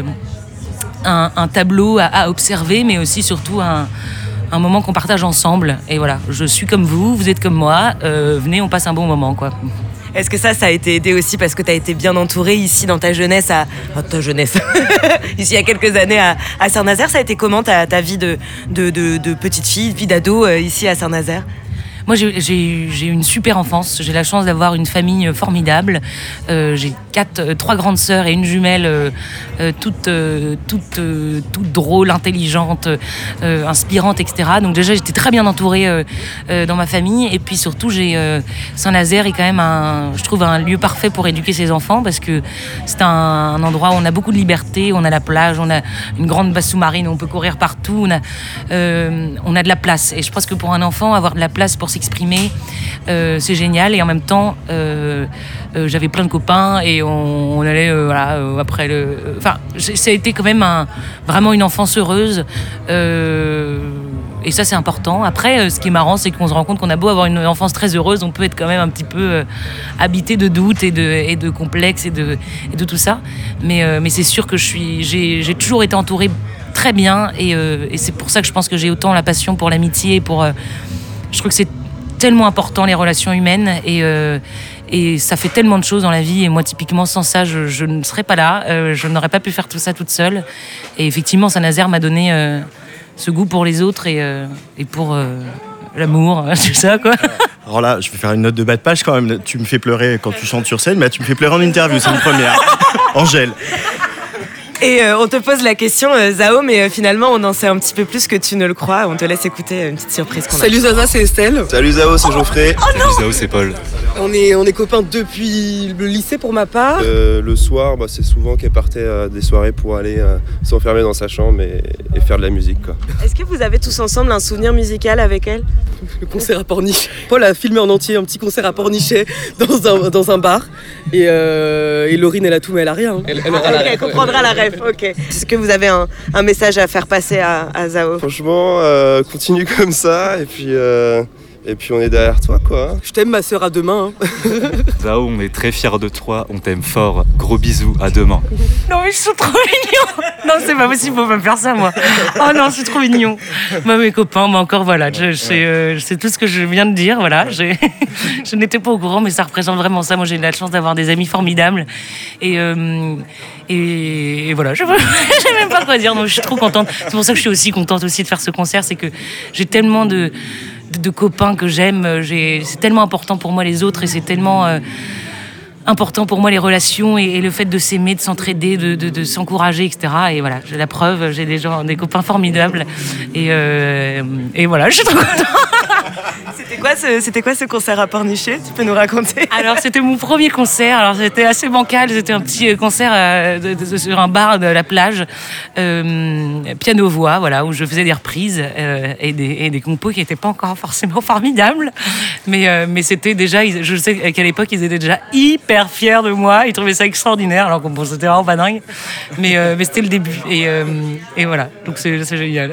Un, un tableau à, à observer, mais aussi surtout un, un moment qu'on partage ensemble. Et voilà, je suis comme vous, vous êtes comme moi, euh, venez, on passe un bon moment, quoi. Est-ce que ça, ça a été aidé aussi parce que tu as été bien entourée ici dans ta jeunesse, à... enfin, ta jeunesse, ici il y a quelques années à, à Saint-Nazaire, ça a été comment ta, ta vie de, de, de, de petite fille, vie d'ado euh, ici à Saint-Nazaire ? moi, j'ai, j'ai, j'ai eu une super enfance. J'ai la chance d'avoir une famille formidable. Euh, j'ai quatre, euh, trois grandes sœurs et une jumelle, euh, euh, toutes, euh, toutes, euh, toutes drôles, intelligentes, euh, inspirantes, et cetera. Donc déjà, j'étais très bien entourée euh, euh, dans ma famille. Et puis surtout, j'ai euh, Saint-Nazaire est quand même un, je trouve, un lieu parfait pour éduquer ses enfants parce que c'est un, un endroit où on a beaucoup de liberté. On a la plage, on a une grande base sous-marine où on peut courir partout. On a, euh, on a de la place. Et je pense que pour un enfant, avoir de la place pour s'exprimer, euh, c'est génial. Et en même temps, euh, euh, j'avais plein de copains et on, on allait euh, voilà, euh, après le. Enfin, ça a été quand même un, vraiment une enfance heureuse. Euh, et ça, c'est important. Après, euh, ce qui est marrant, c'est qu'on se rend compte qu'on a beau avoir une enfance très heureuse, on peut être quand même un petit peu euh, habité de doutes et de, et de complexes et de, et de tout ça. Mais, euh, mais c'est sûr que je suis, j'ai, j'ai toujours été entourée très bien et, euh, et c'est pour ça que je pense que j'ai autant la passion pour l'amitié. Pour, euh, je trouve que c'est tellement important, les relations humaines, et, euh, et ça fait tellement de choses dans la vie. Et moi, typiquement, sans ça, je, je ne serais pas là. Euh, je n'aurais pas pu faire tout ça toute seule. Et effectivement, Saint-Nazaire m'a donné euh, ce goût pour les autres et, euh, et pour euh, l'amour, tout ça, quoi. Alors là, je vais faire une note de bas de page quand même. Tu me fais pleurer quand tu chantes sur scène, mais tu me fais pleurer en interview, c'est une première. Angèle. Et euh, on te pose la question, euh, Zao, mais euh, finalement, on en sait un petit peu plus que tu ne le crois. On te laisse écouter une petite surprise qu'on a. Salut Zaza, c'est Estelle. Salut Zao, c'est Geoffrey. Oh, Salut Zao, c'est Paul. On est, on est copains depuis le lycée pour ma part. Euh, le soir, bah, c'est souvent qu'elle partait à des soirées pour aller euh, s'enfermer dans sa chambre et, et faire de la musique, quoi. Est-ce que vous avez tous ensemble un souvenir musical avec elle ? Le concert à Pornichet. Paul a filmé en entier un petit concert à Pornichet dans un, dans un bar. Et, euh, et Laurine, elle a tout, mais elle a rien. Elle, elle, aura okay, la ref, elle comprendra la ref, ok. Est-ce que vous avez un, un message à faire passer à, à Zao ? Franchement, euh, continue comme ça, et puis, euh, et puis on est derrière toi, quoi. Je t'aime, ma sœur, à demain. Hein. Zao, on est très fiers de toi, on t'aime fort. Gros bisous, à demain. Non mais je suis trop mignon. Non, c'est pas possible, faut pas me faire ça, moi. Oh non, c'est trop mignon. Moi, mes copains, moi encore, voilà, je, je, sais, euh, je sais tout ce que je viens de dire, voilà. J'ai, je n'étais pas au courant, mais ça représente vraiment ça. Moi, j'ai de la chance d'avoir des amis formidables. Et, euh, et, et voilà, je ne sais même pas quoi dire. Donc, je suis trop contente. C'est pour ça que je suis aussi contente aussi de faire ce concert, c'est que j'ai tellement de, de, de copains que j'aime. J'ai, c'est tellement important pour moi les autres et c'est tellement... Euh, important pour moi les relations et, et le fait de s'aimer, de s'entraider, de, de, de s'encourager, et cetera. Et voilà, j'ai la preuve, j'ai des gens, des copains formidables. Et, euh, et voilà, je suis trop contente. C'était quoi, ce, c'était quoi ce concert à Pornichet ? Tu peux nous raconter ? Alors, c'était mon premier concert. Alors, c'était assez bancal. C'était un petit concert euh, de, de, sur un bar de la plage, euh, piano-voix, voilà, où je faisais des reprises euh, et, des, et des compos qui n'étaient pas encore forcément formidables. Mais, euh, mais c'était déjà, je sais qu'à l'époque, ils étaient déjà hyper fiers de moi. Ils trouvaient ça extraordinaire. Alors que bon, c'était vraiment pas dingue. Mais, euh, mais c'était le début. Et, euh, et voilà. Donc, c'est, c'est génial.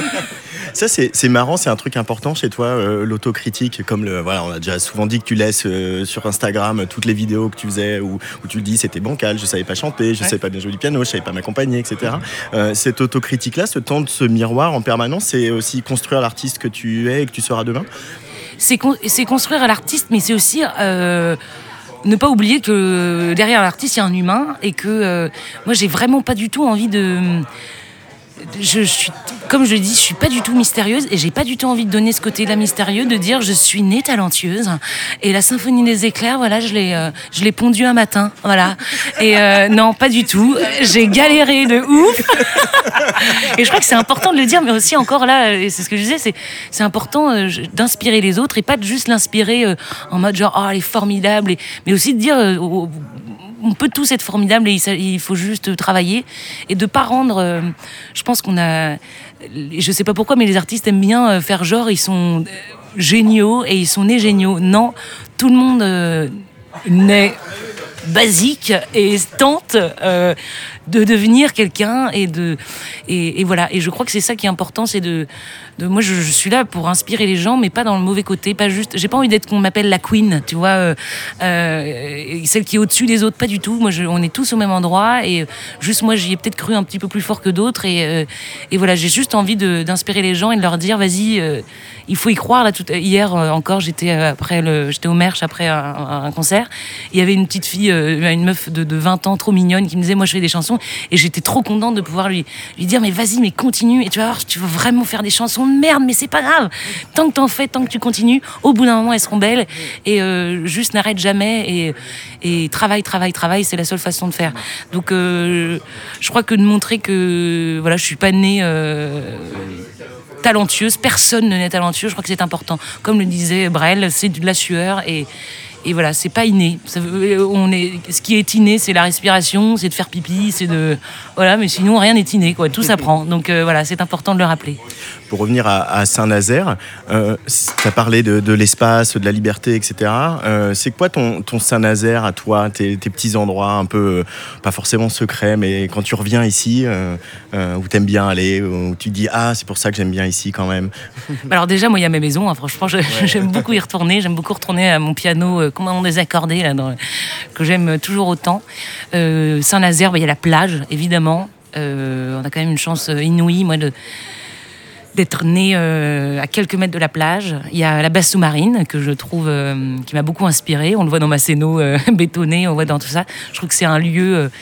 Ça, c'est, c'est marrant, c'est un truc important chez toi, euh, l'autocritique. Comme le, voilà, on a déjà souvent dit que tu laisses euh, sur Instagram toutes les vidéos que tu faisais où, où tu le dis c'était bancal, je savais pas chanter, je ouais. savais pas bien jouer du piano, je savais pas m'accompagner, et cetera. Euh, cette autocritique-là, ce temps de ce miroir en permanence, c'est aussi construire l'artiste que tu es et que tu seras demain ? C'est, con- c'est construire l'artiste, mais c'est aussi... Euh ne pas oublier que derrière l'artiste, il y a un humain et que euh, moi, j'ai vraiment pas du tout envie de... Je, je suis, comme je le dis, je suis pas du tout mystérieuse et j'ai pas du tout envie de donner ce côté-là mystérieux, de dire je suis née talentueuse et la symphonie des éclairs, voilà, je l'ai, euh, je l'ai pondue un matin, voilà. Et euh, non, pas du tout. J'ai galéré de ouf. Et je crois que c'est important de le dire, mais aussi encore là, et c'est ce que je disais, c'est, c'est important euh, d'inspirer les autres et pas de juste l'inspirer euh, en mode genre oh elle est formidable, et, mais aussi de dire euh, oh, on peut tous être formidables et il faut juste travailler et de pas rendre. Euh, je pense qu'on a, je sais pas pourquoi, mais les artistes aiment bien faire genre ils sont géniaux et ils sont nés géniaux. Non, tout le monde euh, naît basique et tente euh, de devenir quelqu'un et de et, et voilà. Et je crois que c'est ça qui est important, c'est de De, moi, je, je suis là pour inspirer les gens, mais pas dans le mauvais côté, pas juste. J'ai pas envie d'être qu'on m'appelle la queen, tu vois, euh, euh, celle qui est au-dessus des autres, pas du tout. Moi, je, on est tous au même endroit, et juste moi, j'y ai peut-être cru un petit peu plus fort que d'autres, et, euh, et voilà, j'ai juste envie de, d'inspirer les gens et de leur dire, vas-y, euh, il faut y croire. Là, tout, hier euh, encore, j'étais après le, j'étais au Merch après un, un concert. Il y avait une petite fille, euh, une meuf de, de vingt ans, trop mignonne, qui me disait, moi, je fais des chansons. Et j'étais trop contente de pouvoir lui, lui dire mais vas-y, mais continue. Et tu vas voir, tu veux vraiment faire des chansons de merde, mais c'est pas grave. Tant que t'en fais, tant que tu continues, au bout d'un moment, elles seront belles. Et euh, juste n'arrête jamais. Et, et travaille, travaille, travaille, c'est la seule façon de faire. Donc euh, je crois que de montrer que voilà, je suis pas née euh, talentueuse, personne ne naît talentueux, je crois que c'est important. Comme le disait Brel, c'est de la sueur et Et voilà, c'est pas inné. Ça, on est, ce qui est inné, c'est la respiration, c'est de faire pipi, c'est de voilà. Mais sinon, rien n'est inné, quoi. Tout s'apprend. Donc euh, voilà, c'est important de le rappeler. Pour revenir à, à Saint-Nazaire, euh, tu as parlé de, de l'espace, de la liberté, et cetera. Euh, c'est quoi ton, ton Saint-Nazaire à toi, tes, tes petits endroits un peu, pas forcément secrets, mais quand tu reviens ici, euh, euh, où t'aimes bien aller, où tu te dis ah c'est pour ça que j'aime bien ici quand même. Alors déjà, moi il y a ma maison. Hein, franchement, je, ouais. j'aime beaucoup y retourner. J'aime beaucoup retourner à mon piano euh, complètement désaccordé là, dans, que j'aime toujours autant. Euh, Saint-Nazaire, bah, y a la plage, évidemment. Euh, on a quand même une chance inouïe, moi, de d'être née euh, à quelques mètres de la plage. Il y a la base sous-marine que je trouve euh, qui m'a beaucoup inspirée. On le voit dans Masséno euh, bétonné, on le voit dans tout ça. Je trouve que c'est un lieu euh,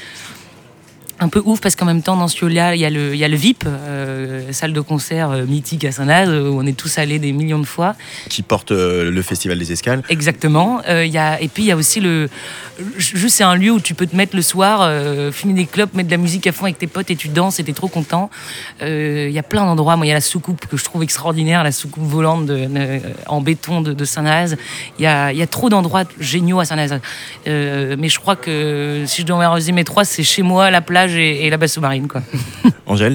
un peu ouf parce qu'en même temps dans ce lieu-là il y a le, il y a le V I P, euh, salle de concert euh, mythique à Saint-Naz où on est tous allés des millions de fois. Qui porte euh, le Festival des Escales. Exactement. Euh, il y a, et puis il y a aussi le... Juste c'est un lieu où tu peux te mettre le soir, euh, fumer des clopes, mettre de la musique à fond avec tes potes et tu danses et t'es trop content. Euh, il y a plein d'endroits. Moi il y a la soucoupe que je trouve extraordinaire, la soucoupe volante de, de, en béton de, de Saint-Naz. Il y a, il y a trop d'endroits géniaux à Saint-Naz. Euh, mais je crois que si je dois en résumer trois, c'est chez moi, la plage et, et la base sous-marine, quoi. Angèle ?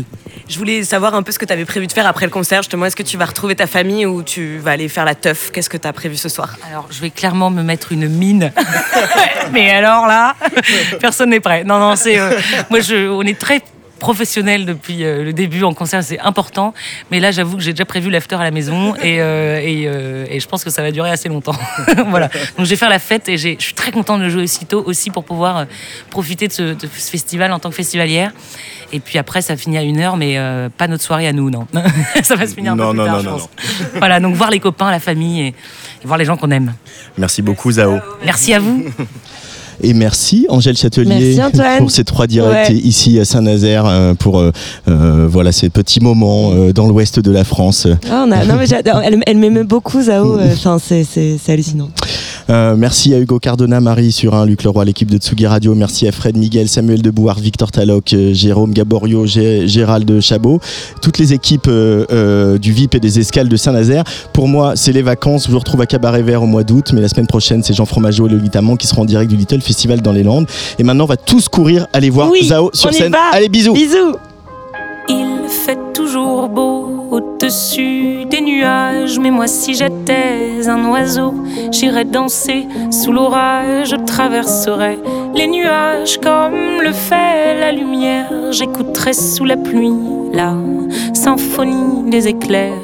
Je voulais savoir un peu ce que tu avais prévu de faire après le concert. Justement, est-ce que tu vas retrouver ta famille ou tu vas aller faire la teuf ? Qu'est-ce que tu as prévu ce soir ? Alors, je vais clairement me mettre une mine. Mais alors là, personne n'est prêt. Non, non, c'est... Euh, moi, je, on est très professionnel depuis euh, le début en concert, c'est important. Mais là, j'avoue que j'ai déjà prévu l'after à la maison et, euh, et, euh, et je pense que ça va durer assez longtemps. Voilà. Donc, je vais faire la fête et j'ai, je suis très contente de jouer aussitôt aussi pour pouvoir euh, profiter de ce, de ce festival en tant que festivalière. Et puis après, ça finit à une heure, mais euh, pas notre soirée à nous, non. Ça va se finir un non, peu non, plus tard, non, je non, pense. non. Voilà, donc voir les copains, la famille et, et voir les gens qu'on aime. Merci beaucoup, Zao. Merci à vous. Et merci Angèle Châtelier merci, pour ces trois directs ouais. ici à Saint-Nazaire euh, pour euh, euh, voilà ces petits moments euh, dans l'ouest de la France. Ah, on a, non mais j'adore, elle, elle m'aime beaucoup Zao, enfin euh, c'est, c'est, c'est hallucinant. Euh, merci à Hugo Cardona, Marie Surin, Luc Leroy, l'équipe de Tsugi Radio. Merci à Fred Miguel, Samuel Debouard, Victor Taloc, euh, Jérôme Gaborio, Gé- Gérald Chabot, toutes les équipes euh, euh, du V I P et des Escales de Saint-Nazaire. Pour moi, c'est les vacances. Je vous retrouve à Cabaret Vert au mois d'août, mais la semaine prochaine, c'est Jean Fromageau et Lolita Mang qui seront en direct du Little Festival dans les Landes. Et maintenant, on va tous courir aller voir oui, Zao sur scène. Allez, bisous. Bisous. Il fait toujours beau au-dessus des nuages, mais moi si j'étais un oiseau, j'irais danser sous l'orage, je traverserais les nuages comme le fait la lumière, j'écouterais sous la pluie la symphonie des éclairs.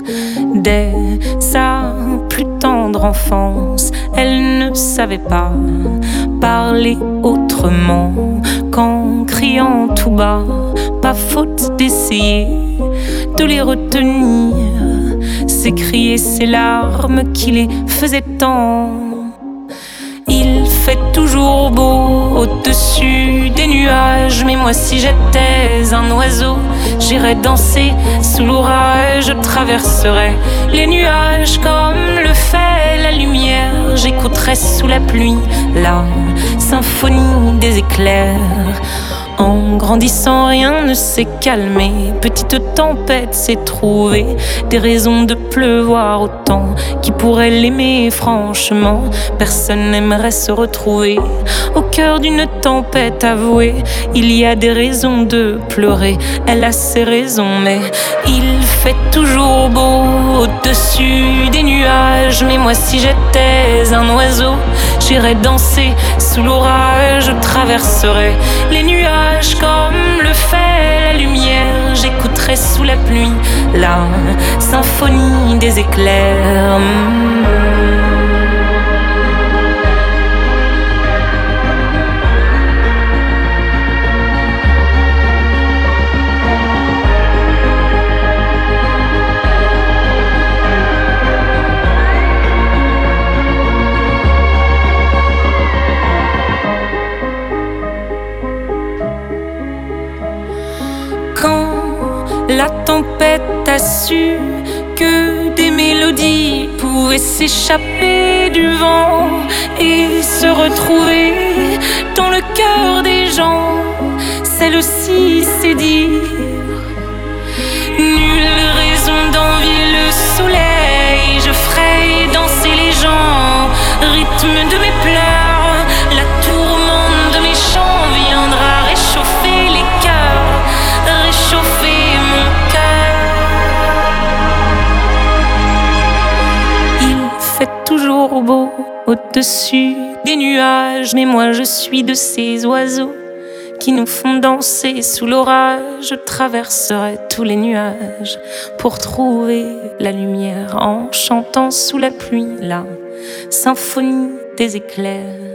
Dès sa plus tendre enfance, elle ne savait pas parler autrement qu'en criant tout bas. Pas faute d'essayer de les retenir, s'écrier ces larmes qui les faisaient tant. Il fait toujours beau au-dessus des nuages, mais moi si j'étais un oiseau, j'irais danser sous l'orage, je traverserais les nuages comme le fait la lumière, j'écouterais sous la pluie la symphonie des éclairs. En grandissant, rien ne s'est calmé. Petite tempête s'est trouvée, des raisons de pleuvoir autant. Qui pourrait l'aimer franchement? Personne n'aimerait se retrouver au cœur d'une tempête avouée. Il y a des raisons de pleurer, elle a ses raisons, mais il fait toujours beau au-dessus des nuages. Mais moi si j'étais un oiseau, j'irais danser sous l'orage, je traverserais les nuages comme le fait la lumière, j'écouterai sous la pluie la symphonie des éclairs. La tempête a su que des mélodies pouvaient s'échapper du vent et se retrouver dans le cœur des gens. Celle aussi c'est dire. Nulle raison d'envier le soleil. Je ferai danser les gens, rythme de mes pleurs. La tourmente de mes chants viendra réchauffer les cœurs, réchauffer mon cœur. Il fait toujours beau au-dessus des nuages, mais moi je suis de ces oiseaux qui nous font danser sous l'orage. Je traverserai tous les nuages pour trouver la lumière en chantant sous la pluie la symphonie des éclairs.